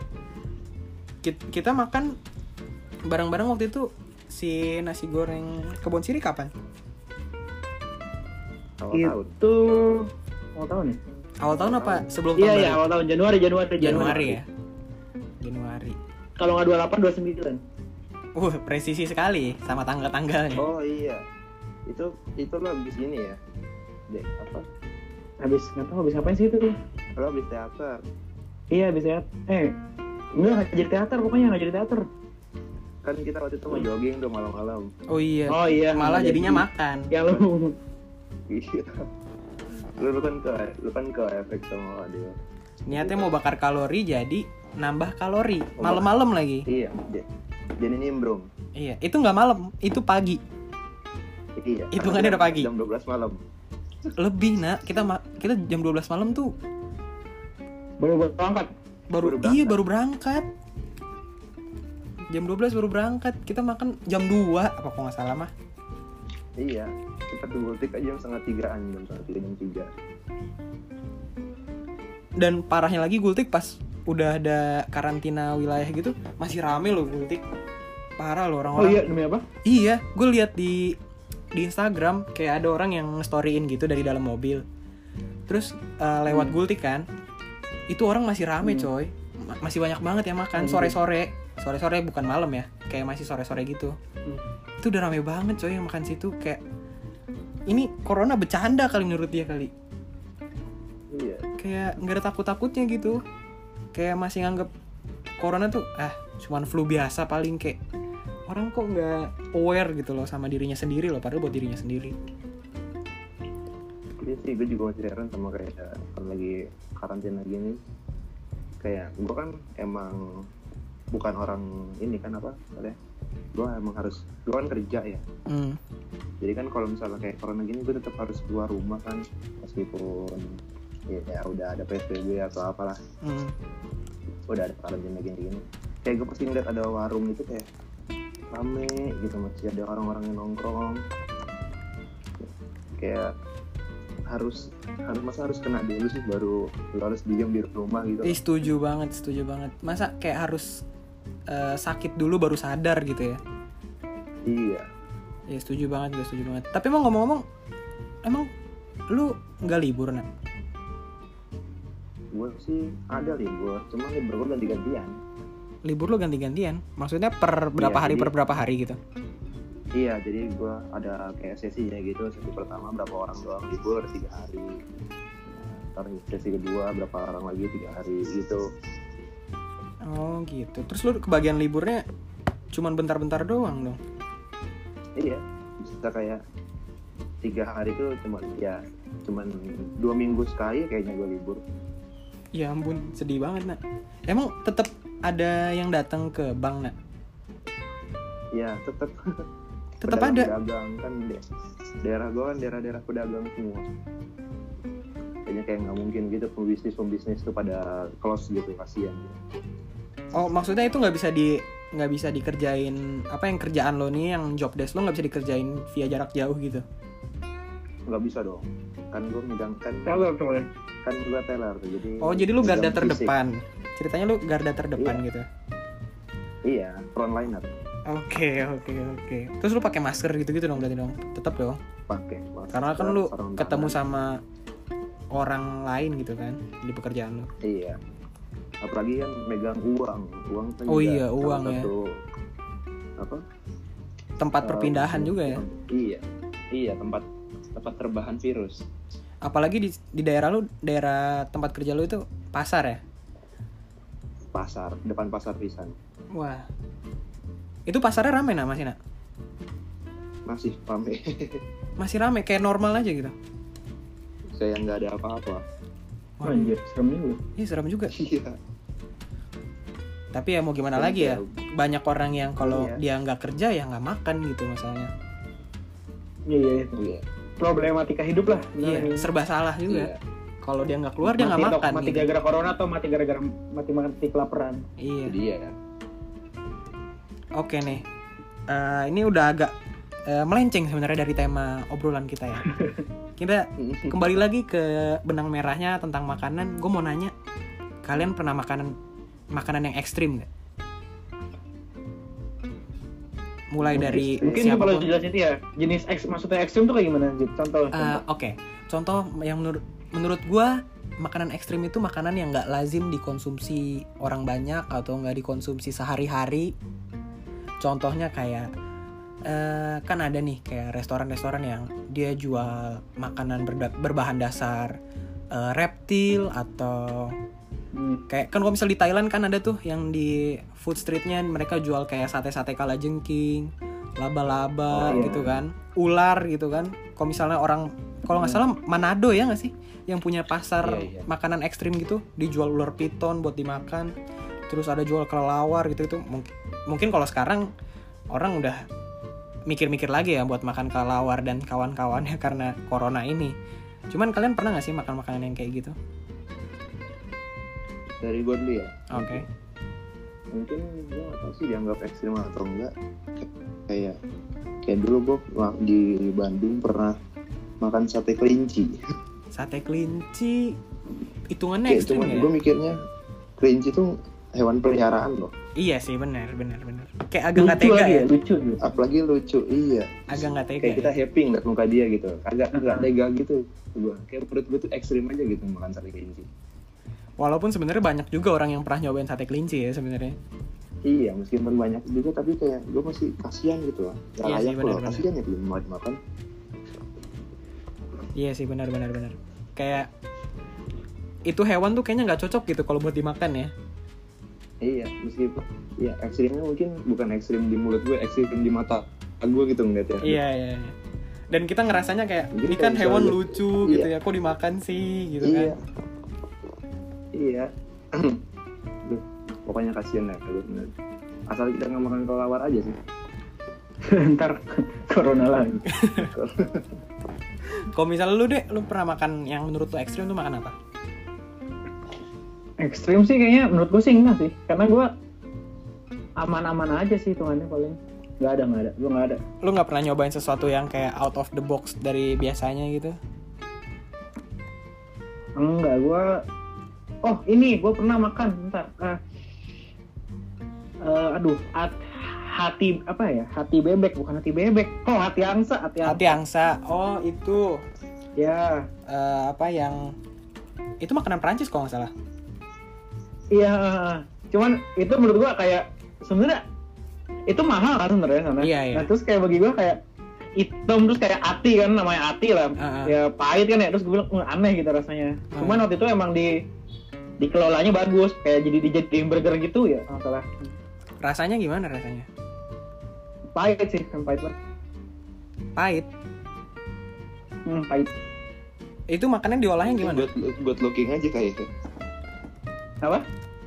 [SPEAKER 1] Kita makan bareng-bareng waktu itu si nasi goreng Kebon Siri kapan?
[SPEAKER 2] Awal
[SPEAKER 3] tahun ya?
[SPEAKER 1] Awal tahun apa sebelum tahun?
[SPEAKER 3] Iya, awal tahun Januari
[SPEAKER 1] ya. Januari.
[SPEAKER 3] Kalau nggak 28, 29.
[SPEAKER 1] Presisi sekali sama tanggal-tanggalnya.
[SPEAKER 2] Oh iya. Itu lo habis ini ya? Apa?
[SPEAKER 3] Habis ngapain sih itu?
[SPEAKER 2] Lo habis teater.
[SPEAKER 3] Iya, habis teater. Nggak jadi teater, pokoknya nggak jadi teater.
[SPEAKER 2] Kan kita waktu itu mau jogging tuh malam-malam.
[SPEAKER 1] Oh iya. Malah jadinya makan.
[SPEAKER 3] Ya lu.
[SPEAKER 2] Iya. Lu kan ke efek sama dia.
[SPEAKER 1] Niatnya mau bakar kalori jadi nambah kalori. Malam-malam lagi.
[SPEAKER 2] Iya. Jadi nimbrung.
[SPEAKER 1] Iya, itu nggak malam, itu pagi.
[SPEAKER 2] Iya.
[SPEAKER 1] Hitungannya udah pagi.
[SPEAKER 2] Jam 12 malam.
[SPEAKER 1] Lebih, nak. Kita jam 12 malam tuh
[SPEAKER 3] baru berangkat.
[SPEAKER 1] Baru berangkat. Jam 12 baru berangkat. Kita makan jam 2 apa kok nggak salah mah.
[SPEAKER 2] Iya. Kita ke Gultik aja jam 2:30-an, jam 3.
[SPEAKER 1] Dan parahnya lagi Gultik pas udah ada karantina wilayah gitu masih rame loh Gultik. Parah loh orang-orang.
[SPEAKER 3] Oh iya, demi apa?
[SPEAKER 1] Iya, gue lihat di Instagram kayak ada orang yang nge-storyin gitu dari dalam mobil. Terus lewat Gultik kan. Itu orang masih rame coy. Masih banyak banget yang makan sore-sore bukan malam ya. Kayak masih sore-sore gitu. Itu udah rame banget coy yang makan situ. Kayak ini corona bercanda kali menurut dia kali.
[SPEAKER 2] Iya.
[SPEAKER 1] Kayak nggak ada takut-takutnya gitu. Kayak masih nganggep corona tuh cuman flu biasa paling. Kayak orang kok nggak aware gitu loh sama dirinya sendiri loh, padahal buat dirinya sendiri.
[SPEAKER 2] Iya sih, gue juga masih heran sama kayak kalau lagi karantina gini. Kayak gue kan emang bukan orang ini kan apa, gue kan kerja ya. Jadi kan kalau misalnya kayak corona gini gue tetap harus keluar rumah kan, meskipun ya udah ada PSBB atau apalah, udah ada karantina gini. Kayak gue pasti ngeliat ada warung itu kayak rame gitu, masih ada orang-orang yang nongkrong. Kayak harus kena dulu sih baru harus diam di rumah gitu.
[SPEAKER 1] Setuju banget. Masa kayak harus sakit dulu baru sadar gitu ya?
[SPEAKER 2] Iya.
[SPEAKER 1] Ya setuju banget. Tapi emang ngomong-ngomong, emang lu nggak libur nak?
[SPEAKER 2] Gue sih ada libur, cuma libur gue ganti-gantian.
[SPEAKER 1] Libur lu ganti-gantian? Maksudnya per berapa hari per berapa hari gitu?
[SPEAKER 2] Iya, jadi gue ada kayak sesinya gitu. Sesi pertama berapa orang doang libur 3 hari. Ntar sesi kedua berapa orang lagi 3 hari gitu.
[SPEAKER 1] Oh gitu. Terus lu kebagian liburnya cuman bentar-bentar doang dong?
[SPEAKER 2] Iya, bisa kayak 3 hari tuh cuman 2 minggu sekali kayaknya gue libur.
[SPEAKER 1] Ya ampun, sedih banget nak. Emang tetap ada yang datang ke bank nak?
[SPEAKER 2] Ya tetap
[SPEAKER 1] ada.
[SPEAKER 2] Pedagang kan daerah gue kan daerah pedagang semua. Kayaknya kayak nggak mungkin gitu pembisnis tuh pada close gitu, kasihan.
[SPEAKER 1] Oh maksudnya itu nggak bisa dikerjain apa yang kerjaan lo nih, yang job desk lo nggak bisa dikerjain via jarak jauh gitu?
[SPEAKER 2] Nggak bisa dong, kan gue megang
[SPEAKER 3] teller temen.
[SPEAKER 2] Kan gue teller jadi.
[SPEAKER 1] Oh jadi lu garda terdepan, ceritanya lu garda terdepan gitu?
[SPEAKER 2] Iya, frontliner.
[SPEAKER 1] Oke. Terus lu pakai masker gitu dong berarti dong? Tetap dong?
[SPEAKER 2] Pakai masker.
[SPEAKER 1] Karena kan lu ketemu sama orang lain gitu kan di pekerjaan lu.
[SPEAKER 2] Iya. Apalagi kan megang uang kan.
[SPEAKER 1] Oh iya, uang ya.
[SPEAKER 2] Apa?
[SPEAKER 1] Tempat perpindahan juga ya.
[SPEAKER 2] Iya, tempat terbahan virus.
[SPEAKER 1] Apalagi di daerah lu, daerah tempat kerja lu itu pasar ya?
[SPEAKER 2] Pasar, depan pasar pisan.
[SPEAKER 1] Wah. Itu pasarnya rame nak masih nak?
[SPEAKER 2] Masih rame.
[SPEAKER 1] Masih rame kayak normal aja gitu.
[SPEAKER 2] Kayak nggak ada apa-apa.
[SPEAKER 3] Wah, anjir, serem juga.
[SPEAKER 1] Iya serem juga.
[SPEAKER 2] Iya.
[SPEAKER 1] Tapi ya mau gimana lagi ya, banyak orang yang kalau dia nggak kerja ya nggak makan gitu masalahnya.
[SPEAKER 3] Iya. Problematika hidup lah.
[SPEAKER 1] Iya, serba salah juga. Iya. Kalau dia nggak keluar dia nggak makan.
[SPEAKER 3] Mati gitu. Gara-gara corona atau mati gara-gara mati kelaparan.
[SPEAKER 1] Iya.
[SPEAKER 2] Jadi ya.
[SPEAKER 1] Oke nih, ini udah agak melenceng sebenarnya dari tema obrolan kita ya. Kita kembali lagi ke benang merahnya tentang makanan. Gue mau nanya, kalian pernah makanan yang ekstrim nggak? Mulai dari
[SPEAKER 3] mungkin kalau jelasin itu ya jenis maksudnya ekstrim tuh kayak gimana? Contoh.
[SPEAKER 1] Oke. Contoh yang menurut gue makanan ekstrim itu makanan yang nggak lazim dikonsumsi orang banyak atau nggak dikonsumsi sehari-hari. Contohnya kayak kan ada nih kayak restoran-restoran yang dia jual makanan berbahan dasar reptil atau kayak kan kalau misal di Thailand kan ada tuh yang di food streetnya mereka jual kayak sate-sate kalajengking, laba-laba gitu kan, ular gitu kan. Kalau misalnya orang kalau nggak salah Manado ya nggak sih yang punya pasar makanan ekstrim gitu, dijual ular piton buat dimakan. Terus ada jual kelelawar gitu mungkin kalau sekarang orang udah mikir-mikir lagi ya buat makan kelelawar dan kawan-kawannya karena corona ini. Cuman kalian pernah nggak sih makan makanan yang kayak gitu?
[SPEAKER 2] Dari gue dulu ya.
[SPEAKER 1] Oke.
[SPEAKER 2] Mungkin gue nggak tahu sih dianggap ekstrim atau enggak. Kayak dulu gue di Bandung pernah makan sate kelinci. Sate
[SPEAKER 1] kelinci hitungannya ekstrim ya?
[SPEAKER 2] Gue mikirnya kelinci tuh hewan peliharaan loh.
[SPEAKER 1] Iya sih, benar. Kayak agak nggak tega ya.
[SPEAKER 3] Lucu.
[SPEAKER 2] Apalagi lucu, iya.
[SPEAKER 1] Agak nggak tega.
[SPEAKER 2] Kayak kita happy ngeliat muka dia gitu. Agak nggak tega gitu. Kayak menurut gue tuh ekstrim aja gitu makan sate kelinci.
[SPEAKER 1] Walaupun sebenarnya banyak juga orang yang pernah nyobain sate kelinci ya sebenarnya.
[SPEAKER 2] Iya, meskipun banyak juga tapi kayak gue masih kasihan gitu lah.
[SPEAKER 1] Iya sih, benar.
[SPEAKER 2] Kasihan ya belum mau dimakan.
[SPEAKER 1] Iya sih, benar. Kayak itu hewan tuh kayaknya nggak cocok gitu kalau buat dimakan ya.
[SPEAKER 2] Iya, meskipun ya ekstrimnya mungkin bukan ekstrim di mulut gue, ekstrim di mata gue gitu ngeliatnya.
[SPEAKER 1] Iya. Dan kita ngerasanya kayak ini kan hewan lucu gitu ya, kok dimakan sih gitu kan.
[SPEAKER 2] Iya. Pokoknya kasihan ya kalau bener. Asal kita nggak makan kelelawar aja sih.
[SPEAKER 3] Ntar corona lagi.
[SPEAKER 1] Kalau misalnya lu deh, lu pernah makan yang menurut lu ekstrim tuh makan apa?
[SPEAKER 3] Ekstrim sih kayaknya menurut gue sih enggak sih, karena gue aman-aman aja sih hitungannya paling. Nggak ada, gue nggak ada.
[SPEAKER 1] Lu nggak pernah nyobain sesuatu yang kayak out of the box dari biasanya gitu?
[SPEAKER 3] Enggak, gue. Oh ini gue pernah makan, bentar. Hati apa ya? Hati bebek, bukan hati bebek. Oh hati angsa.
[SPEAKER 1] Hati angsa. Oh itu.
[SPEAKER 3] Ya.
[SPEAKER 1] Apa yang? Itu makanan Perancis kalau nggak salah.
[SPEAKER 3] Iya. Cuman itu menurut gue kayak sebenarnya itu mahal kan sebenarnya sana.
[SPEAKER 1] Iya.
[SPEAKER 3] Nah terus kayak bagi gue kayak hitam terus kayak ati kan, namanya ati lah. Ya pahit kan ya, terus gue bilang aneh gitu rasanya. Cuman waktu itu emang dikelolanya bagus, kayak dijadiin burger gitu ya, masalah.
[SPEAKER 1] Rasanya gimana rasanya?
[SPEAKER 3] Pahit sih, kan pahit banget.
[SPEAKER 1] Pahit.
[SPEAKER 3] Pahit.
[SPEAKER 1] Itu makannya diolahnya gimana?
[SPEAKER 2] Buat looking aja kayaknya.
[SPEAKER 3] Apa?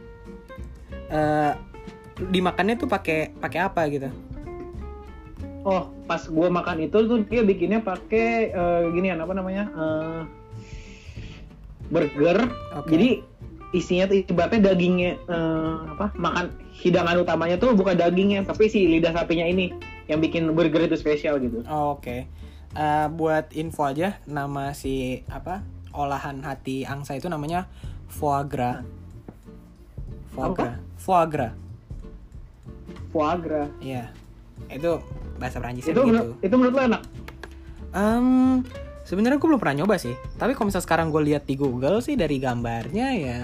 [SPEAKER 1] Dimakannya tuh pakai apa gitu?
[SPEAKER 3] Oh, pas gue makan itu tuh dia bikinnya pakai ginian apa namanya? Burger. Okay. Jadi isinya tuh ibaratnya dagingnya makan hidangan utamanya tuh bukan dagingnya tapi si lidah sapinya ini yang bikin burger itu spesial gitu.
[SPEAKER 1] Oh, oke. Buat info aja, nama si olahan hati angsa itu namanya foie gras. Foie gras. Iya. Itu bahasa Perancis gitu.
[SPEAKER 3] Itu menurut lo enak?
[SPEAKER 1] Sebenarnya gue belum pernah nyoba sih. Tapi kalau misalnya sekarang gue lihat di Google sih dari gambarnya ya.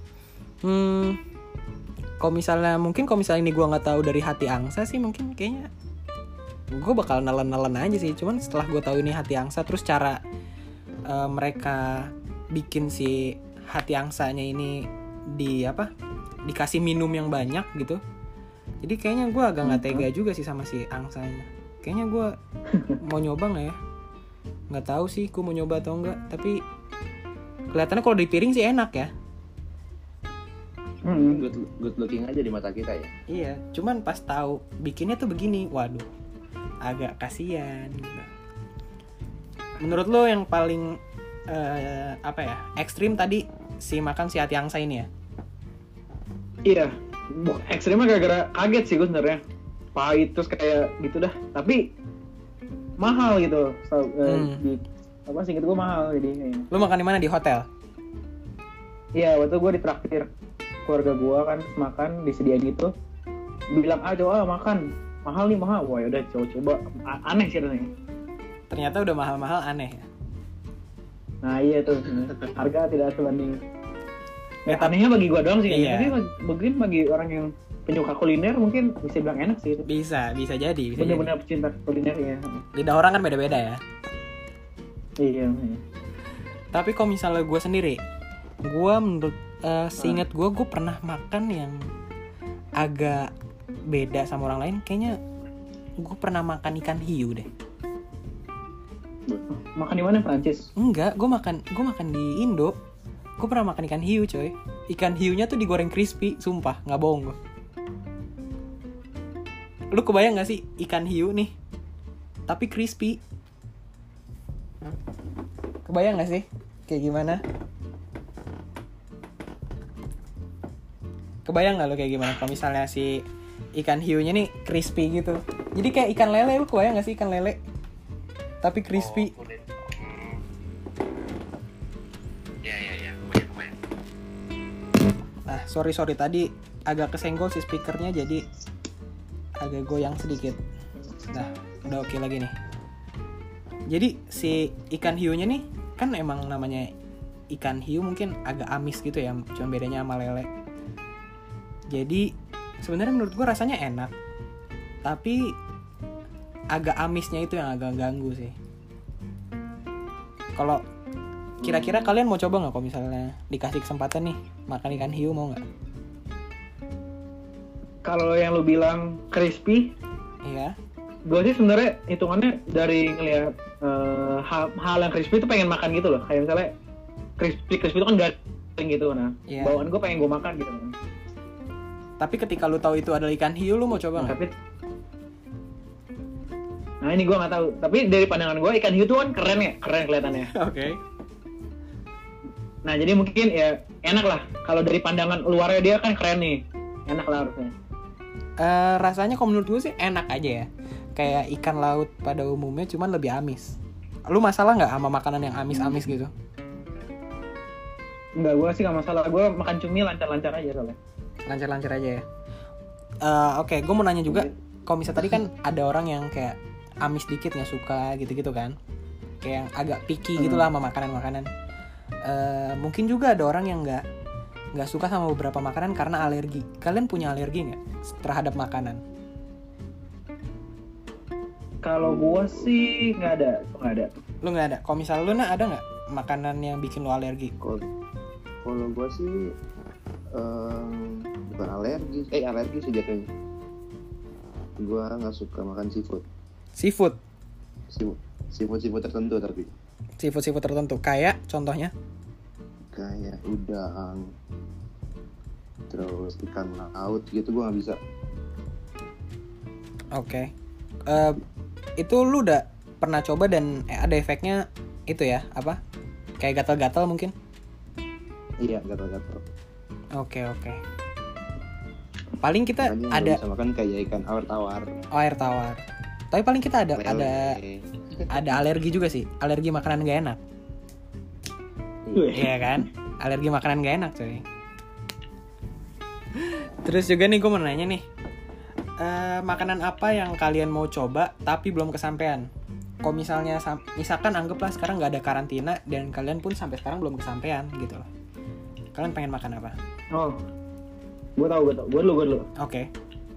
[SPEAKER 1] Kalau misalnya ini gue nggak tahu dari hati angsa sih, mungkin kayaknya gue bakal nelen aja sih. Cuman setelah gue tahu ini hati angsa, terus cara mereka bikin si hati angsanya ini dikasih minum yang banyak gitu. Jadi kayaknya gue agak nggak tega juga sih sama si angsanya. Kayaknya gue mau nyoba nggak ya? Nggak tahu sih gue mau nyoba atau enggak. Tapi kelihatannya kalau di piring sih enak ya.
[SPEAKER 2] Good looking aja di mata kita ya.
[SPEAKER 1] Iya, cuman pas tahu bikinnya tuh begini, waduh, agak kasihan gitu. Menurut lo yang paling ekstrim tadi makan si hati angsa ini ya?
[SPEAKER 3] Iya, ekstrimnya gara-gara kaget sih gue sebenarnya. Pahit terus kayak gitu dah. Tapi mahal gitu. Singkat gue mahal jadi.
[SPEAKER 1] Lo makan di mana, di hotel?
[SPEAKER 3] Iya, waktu gue ditraktir keluarga gue kan makan disediain gitu. Bilang coba makan. Mahal nih, mahal. Wah udah coba. Aneh sih rasanya.
[SPEAKER 1] Ternyata udah mahal-mahal aneh ya.
[SPEAKER 3] Nah iya tuh, harga tidak sebanding. Anehnya bagi gue doang sih.
[SPEAKER 1] Iya.
[SPEAKER 3] Tapi mungkin bagi orang yang penyuka kuliner mungkin bisa bilang enak sih.
[SPEAKER 1] Bisa jadi.
[SPEAKER 3] Benar-benar pecinta kuliner ya.
[SPEAKER 1] Lidah orang kan beda-beda ya.
[SPEAKER 3] Iya.
[SPEAKER 1] Tapi kalau misalnya gue sendiri, gue menurut seingat gue pernah makan yang agak beda sama orang lain. Kayaknya gue pernah makan ikan hiu deh.
[SPEAKER 3] Makan di mana, Prancis?
[SPEAKER 1] Enggak, gue makan di Indo. Gue pernah makan ikan hiu coy. Ikan hiunya tuh digoreng crispy, sumpah, nggak bohong gue. Lu kebayang nggak sih ikan hiu nih, tapi crispy? Kebayang nggak sih kayak gimana? Kebayang nggak lo kayak gimana kalau misalnya si ikan hiunya nih crispy gitu? Jadi kayak ikan lele, lu kebayang nggak sih ikan lele? Tapi crispy.
[SPEAKER 2] Ya.
[SPEAKER 1] Nah, sorry tadi agak kesenggol si speakernya jadi agak goyang sedikit. Nah, udah oke lagi nih. Jadi si ikan hiunya nih kan emang namanya ikan hiu, mungkin agak amis gitu ya, cuma bedanya sama lele. Jadi sebenarnya menurut gue rasanya enak, tapi agak amisnya itu yang agak ganggu sih. Kalau kira-kira kalian mau coba nggak kalau misalnya dikasih kesempatan nih makan ikan hiu, mau nggak?
[SPEAKER 3] Kalau yang lu bilang crispy,
[SPEAKER 1] iya.
[SPEAKER 3] Gue sih sebenarnya hitungannya dari ngelihat hal yang crispy itu pengen makan gitu loh. Kayak misalnya crispy itu kan garing gitu, nah yeah. Bawaan gue pengen gue makan gitu.
[SPEAKER 1] Tapi ketika lu tahu itu adalah ikan hiu, lu mau coba nggak?
[SPEAKER 3] Nah ini gue nggak tahu. Tapi dari pandangan gue ikan hiu tuh kan keren ya, keren kelihatannya.
[SPEAKER 1] Oke.
[SPEAKER 3] Nah jadi mungkin ya enak lah. Kalau dari pandangan luarnya dia kan keren nih, enak lah harusnya.
[SPEAKER 1] Rasanya kalau menurut gue sih enak aja ya. Kayak ikan laut pada umumnya, cuman lebih amis. Lu masalah nggak sama makanan yang amis-amis gitu?
[SPEAKER 3] Enggak, gue sih nggak masalah. Gue makan cumi lancar-lancar aja soalnya.
[SPEAKER 1] Lancar-lancar aja ya. Oke, gue mau nanya juga. Kalau misalnya tadi kan ada orang yang kayak amis dikit nggak suka gitu-gitu kan, kayak yang agak picky gitulah sama makanan-makanan. Mungkin juga ada orang yang nggak suka sama beberapa makanan karena alergi. Kalian punya alergi nggak terhadap makanan?
[SPEAKER 3] Kalau gue sih nggak ada.
[SPEAKER 1] Lu nggak ada? Kalau misalnya lu ada nggak makanan yang bikin lu alergi?
[SPEAKER 2] Kalau gue sih bukan alergi sih jatuhnya. Gue nggak suka makan seafood. Seafood tertentu tapi.
[SPEAKER 1] Seafood tertentu kayak contohnya?
[SPEAKER 2] Kayak udang, terus ikan laut gitu gue nggak bisa.
[SPEAKER 1] Oke. Itu lu udah pernah coba dan ada efeknya itu ya, apa? Kayak gatal-gatal mungkin?
[SPEAKER 2] Iya, gatal-gatal.
[SPEAKER 1] Oke. Paling kita
[SPEAKER 2] makanya
[SPEAKER 1] ada
[SPEAKER 2] bisa makan kayak ikan air tawar.
[SPEAKER 1] Oh, air tawar. Tapi paling kita ada alergi juga sih. Alergi makanan gak enak. Iya kan? Alergi makanan gak enak coy. Terus juga nih gue mau nanya nih, makanan apa yang kalian mau coba tapi belum kesampean? Kalau misalkan anggaplah sekarang nggak ada karantina dan kalian pun sampai sekarang belum kesampean gitu loh. Kalian pengen makan apa?
[SPEAKER 3] Oh, gue tahu. Gue dulu.
[SPEAKER 1] Oke.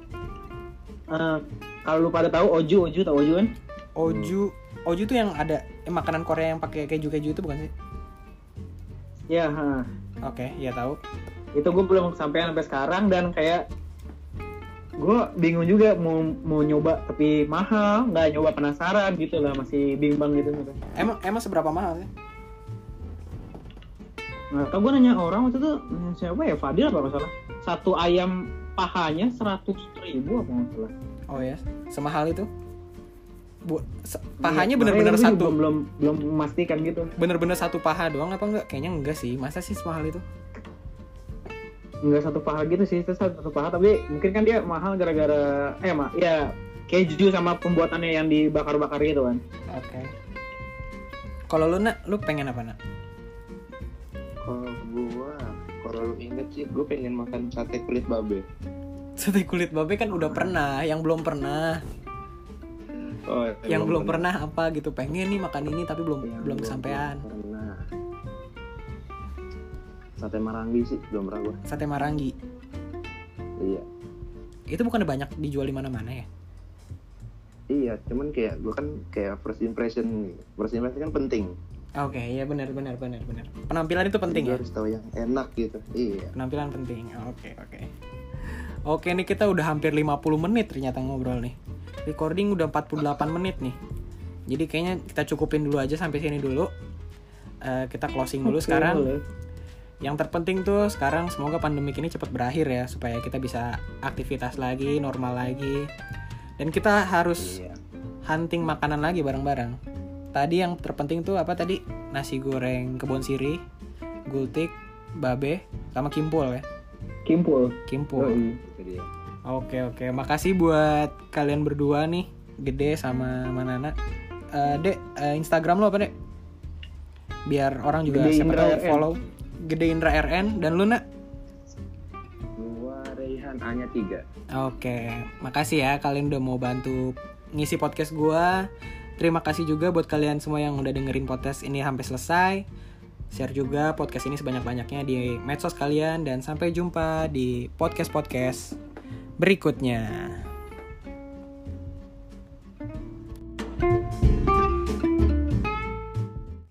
[SPEAKER 3] Kalau lu pada tahu oju tahu oju kan?
[SPEAKER 1] Oju tuh yang ada makanan Korea yang pakai keju itu bukan sih?
[SPEAKER 3] Ya.
[SPEAKER 1] Oke, ya tahu.
[SPEAKER 3] Itu gue belum kesampean sampai sekarang dan kayak gue bingung juga mau nyoba tapi mahal, nggak nyoba penasaran gitu lah, masih bimbang gitu.
[SPEAKER 1] Emang seberapa mahal sih?
[SPEAKER 3] Nggak tau, gue nanya orang waktu itu siapa ya, Fadil apa nggak salah, satu ayam pahanya 100.000 apa nggak salah.
[SPEAKER 1] Oh ya, semahal itu? Pahanya bener-bener satu?
[SPEAKER 3] Belum memastikan gitu.
[SPEAKER 1] Bener-bener satu paha doang apa enggak? Kayaknya enggak sih, masa sih semahal itu?
[SPEAKER 3] Enggak satu paha gitu sih, itu satu paha, tapi mungkin kan dia mahal gara-gara ya keju sama pembuatannya yang dibakar-bakar gitu kan.
[SPEAKER 1] Oke. Kalau lu pengen apa nak?
[SPEAKER 2] Kalau lu inget sih, gue pengen makan sate kulit babe.
[SPEAKER 1] Sate kulit babe kan udah pernah, yang belum pernah.
[SPEAKER 2] Oh,
[SPEAKER 1] yang belum pernah apa gitu, pengen nih makan ini tapi belum kesampean.
[SPEAKER 2] Sate Marangi sih belum pernah gue.
[SPEAKER 1] Sate Marangi.
[SPEAKER 2] Iya.
[SPEAKER 1] Itu bukan banyak dijual di mana-mana ya?
[SPEAKER 2] Iya, cuman kayak gue kan kayak first impression kan penting.
[SPEAKER 1] Oke, iya benar. Penampilan itu penting ya.
[SPEAKER 2] Harus tahu yang enak gitu. Iya.
[SPEAKER 1] Penampilan penting. Oke. Oke, nih kita udah hampir 50 menit ternyata ngobrol nih. Recording udah 48 menit nih. Jadi kayaknya kita cukupin dulu aja sampai sini dulu. Kita closing dulu sekarang.
[SPEAKER 3] Boleh.
[SPEAKER 1] Yang terpenting tuh sekarang semoga pandemi ini cepat berakhir ya, supaya kita bisa aktivitas lagi, normal lagi. Dan kita harus hunting makanan lagi bareng-bareng. Tadi yang terpenting tuh apa tadi? Nasi goreng Kebon Sirih, gultik, babe, sama kimpul ya. Kimpul. Oke. Makasih buat kalian berdua nih, Gede sama Manana. Dek, Instagram lo apa, Dek? Biar orang juga siapa tahu follow. Gede Indra RN. Dan lu nak?
[SPEAKER 2] Gua Rehan A-nya 3.
[SPEAKER 1] Oke, makasih ya kalian udah mau bantu ngisi podcast gua. Terima kasih juga buat kalian semua yang udah dengerin podcast ini sampai selesai. Share juga podcast ini sebanyak-banyaknya di medsos kalian. Dan sampai jumpa di podcast berikutnya.